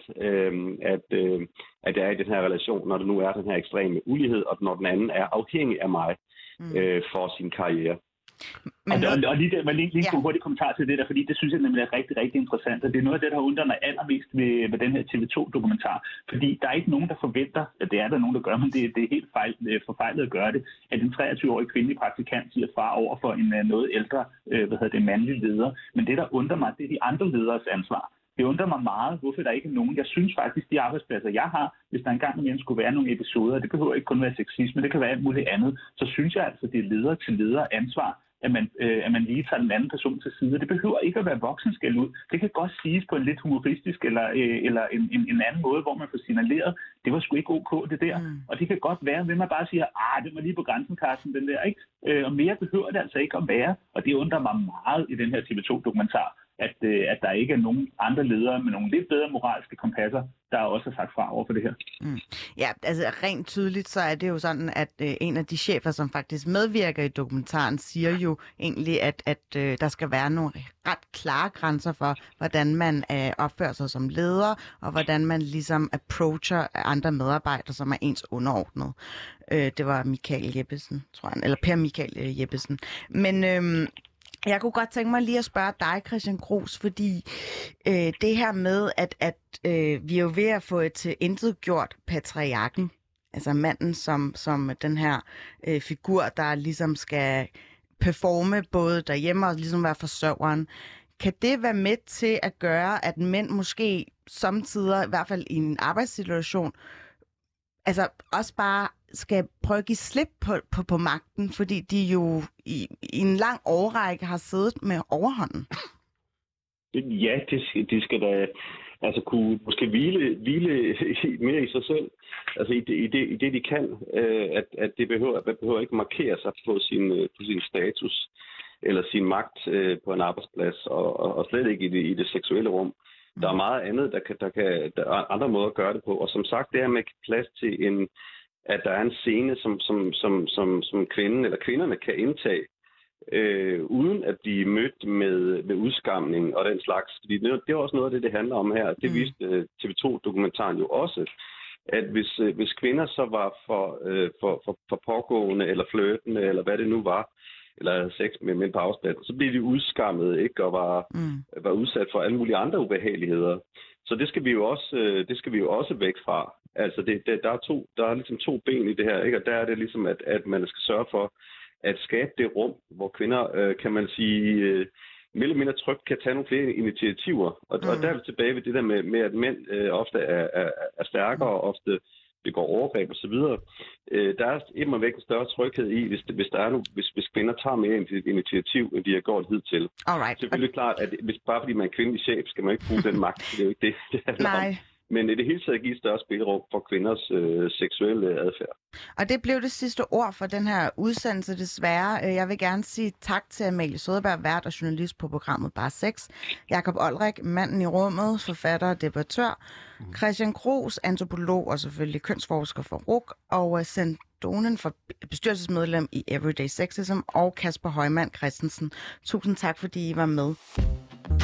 at det er i den her relation, når der nu er den her ekstreme ulighed, og når den anden er afhængig af mig for sin karriere? Og lige en hurtig kommentar til det der, fordi det synes jeg nemlig er rigtig, rigtig interessant, og det er noget af det, der undrer mig allermest ved den her TV2-dokumentar, fordi der er ikke nogen, der forventer, at det er der nogen, der gør, men det er helt forfejlet at gøre det, at en 23-årig kvindelig praktikant siger fra over for en noget ældre mandlig leder, men det, der undrer mig, det er de andre lederes ansvar. Det undrer mig meget, hvorfor der ikke er nogen. Jeg synes faktisk, de arbejdspladser, jeg har, hvis der engang imellem skulle være nogle episoder, det behøver ikke kun være sexisme, det kan være alt muligt andet, så synes jeg altså, det er leder til leder ansvar, at man lige tager den anden person til side. Det behøver ikke at være voksenskæld ud. Det kan godt siges på en lidt humoristisk eller en anden måde, hvor man får signaleret, det var sgu ikke ok, det der. Og det kan godt være, hvis man bare siger, det var lige på grænsen, Carsten, den der, ikke? Og mere behøver det altså ikke at være. Og det undrer mig meget i den her TV2-dokumentar, at der ikke er nogen andre ledere med nogle lidt bedre moralske kompasser, der også har sagt fra over for det her. Ja, altså rent tydeligt, så er det jo sådan, at en af de chefer, som faktisk medvirker i dokumentaren, siger jo egentlig, at der skal være nogle ret klare grænser for, hvordan man opfører sig som leder, og hvordan man ligesom approacher andre medarbejdere, som er ens underordnet. Det var Michael Jeppesen, tror jeg, eller Per Michael Jeppesen. Men jeg kunne godt tænke mig lige at spørge dig, Christian Gruus, fordi det her med, at vi er jo ved at få til intet gjort patriarken, altså manden som den her figur, der ligesom skal performe både derhjemme og ligesom være forsørgeren. Kan det være med til at gøre, at mænd måske samtidig, i hvert fald i en arbejdssituation, altså også bare skal prøve at give slip på magten, fordi de jo i en lang årrække har siddet med overhånden? Ja, de skal da altså kunne måske hvile mere i sig selv, altså i det de kan, at det behøver ikke markere sig på sin status eller sin magt på en arbejdsplads, og slet ikke i det seksuelle rum. Der er meget andet, der er andre måder at gøre det på, og som sagt, det her med plads til at der er en scene, som kvinden eller kvinderne kan indtage, uden at blive mødt med udskamning og den slags. Fordi det er også noget af det handler om her. Det viste TV2-dokumentaren jo også, at hvis kvinder så var for pågående eller flirtende, eller hvad det nu var, eller havde sex med mænd på arbejdspladsen, så blev de udskammet, ikke, og var udsat for alle mulige andre ubehageligheder. Så det skal vi jo også væk fra. Altså der er ligesom to ben i det her, ikke? Og der er det ligesom, at man skal sørge for at skabe det rum, hvor kvinder, kan man sige, mere eller mindre trygt kan tage nogle flere initiativer. Og der er vi tilbage ved det der med at mænd ofte er stærkere og ofte begår overgreb osv. Der er immer væk en større tryghed i, hvis kvinder tager mere initiativ, end de har gjort hidtil. Alright. Selvfølgelig klart, at bare fordi man er kvindelig chef, skal man ikke bruge den magt. Det er jo ikke det handler om. Men i det hele taget giver større spilrum for kvinders seksuelle adfærd. Og det blev det sidste ord for den her udsendelse, desværre. Jeg vil gerne sige tak til Amalie Soderberg, vært og journalist på programmet Bare Sex. Jakob Olrik, manden i rummet, forfatter og debattør. Christian Gruus, antropolog og selvfølgelig kønsforsker for RUC. Og Send Donen, for bestyrelsesmedlem i Everyday Sexism. Og Kasper Højmand Christensen. Tusind tak, fordi I var med.